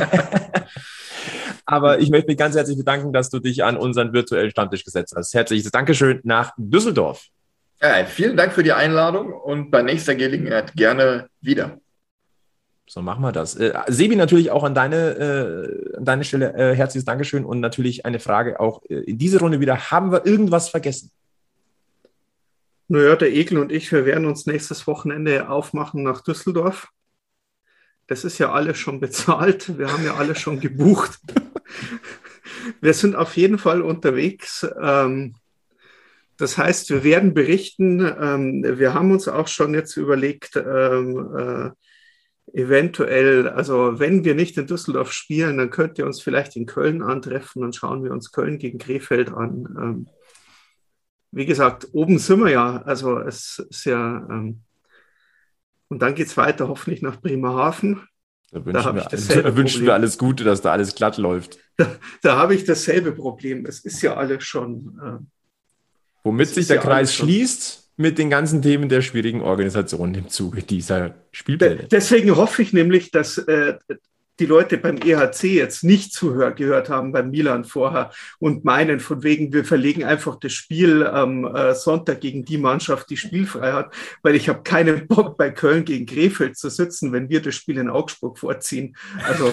Aber ich möchte mich ganz herzlich bedanken, dass du dich an unseren virtuellen Stammtisch gesetzt hast. Herzliches Dankeschön nach Düsseldorf. Ja, vielen Dank für die Einladung und bei nächster Gelegenheit gerne wieder. So machen wir das. Äh, Sebi, natürlich auch an deine, äh, an deine Stelle äh, herzliches Dankeschön und natürlich eine Frage auch äh, in diese Runde wieder. Haben wir irgendwas vergessen? Naja, der Egel und ich, wir werden uns nächstes Wochenende aufmachen nach Düsseldorf. Das ist ja alles schon bezahlt. Wir haben ja alles schon gebucht. Wir sind auf jeden Fall unterwegs. Ähm, Das heißt, wir werden berichten. Ähm, wir haben uns auch schon jetzt überlegt, ähm, äh, eventuell, also wenn wir nicht in Düsseldorf spielen, dann könnt ihr uns vielleicht in Köln antreffen. Dann schauen wir uns Köln gegen Krefeld an. Ähm, wie gesagt, oben sind wir ja. Also es ist ja. Ähm, und dann geht es weiter, hoffentlich nach Bremerhaven. Da wünschen, da wir, da wünschen wir alles Gute, dass da alles glatt läuft. Da, da habe ich dasselbe Problem. Es ist ja alles schon. Äh, Womit sich der Kreis schließt mit den ganzen Themen der schwierigen Organisation im Zuge dieser Spielpläne. Deswegen hoffe ich nämlich, dass äh, die Leute beim E H C jetzt nicht zuhör gehört haben beim Milan vorher und meinen, von wegen, wir verlegen einfach das Spiel am äh, Sonntag gegen die Mannschaft, die spielfrei hat, weil ich habe keinen Bock, bei Köln gegen Krefeld zu sitzen, wenn wir das Spiel in Augsburg vorziehen. Also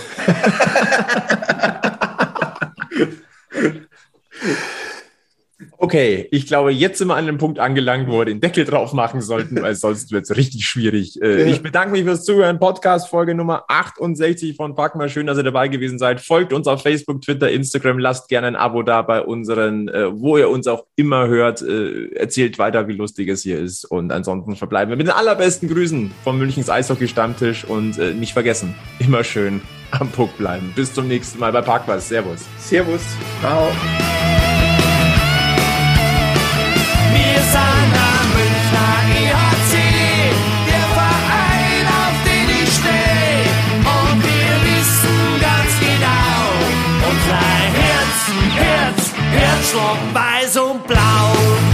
okay, ich glaube, jetzt sind wir an dem Punkt angelangt, wo wir den Deckel drauf machen sollten, weil sonst wird es richtig schwierig. Äh, ich bedanke mich fürs Zuhören. Podcast-Folge Nummer achtundsechzig von Packmas. Schön, dass ihr dabei gewesen seid. Folgt uns auf Facebook, Twitter, Instagram. Lasst gerne ein Abo da bei unseren, äh, wo ihr uns auch immer hört. Äh, erzählt weiter, wie lustig es hier ist. Und ansonsten verbleiben wir mit den allerbesten Grüßen vom Münchens Eishockey-Stammtisch. Und äh, nicht vergessen, immer schön am Puck bleiben. Bis zum nächsten Mal bei Packmas. Servus. Servus. Ciao. Wir sind am Münchner E H C, der Verein, auf den ich stehe. Und wir wissen ganz genau, unser Herz, Herz, Herzschlag weiß und blau.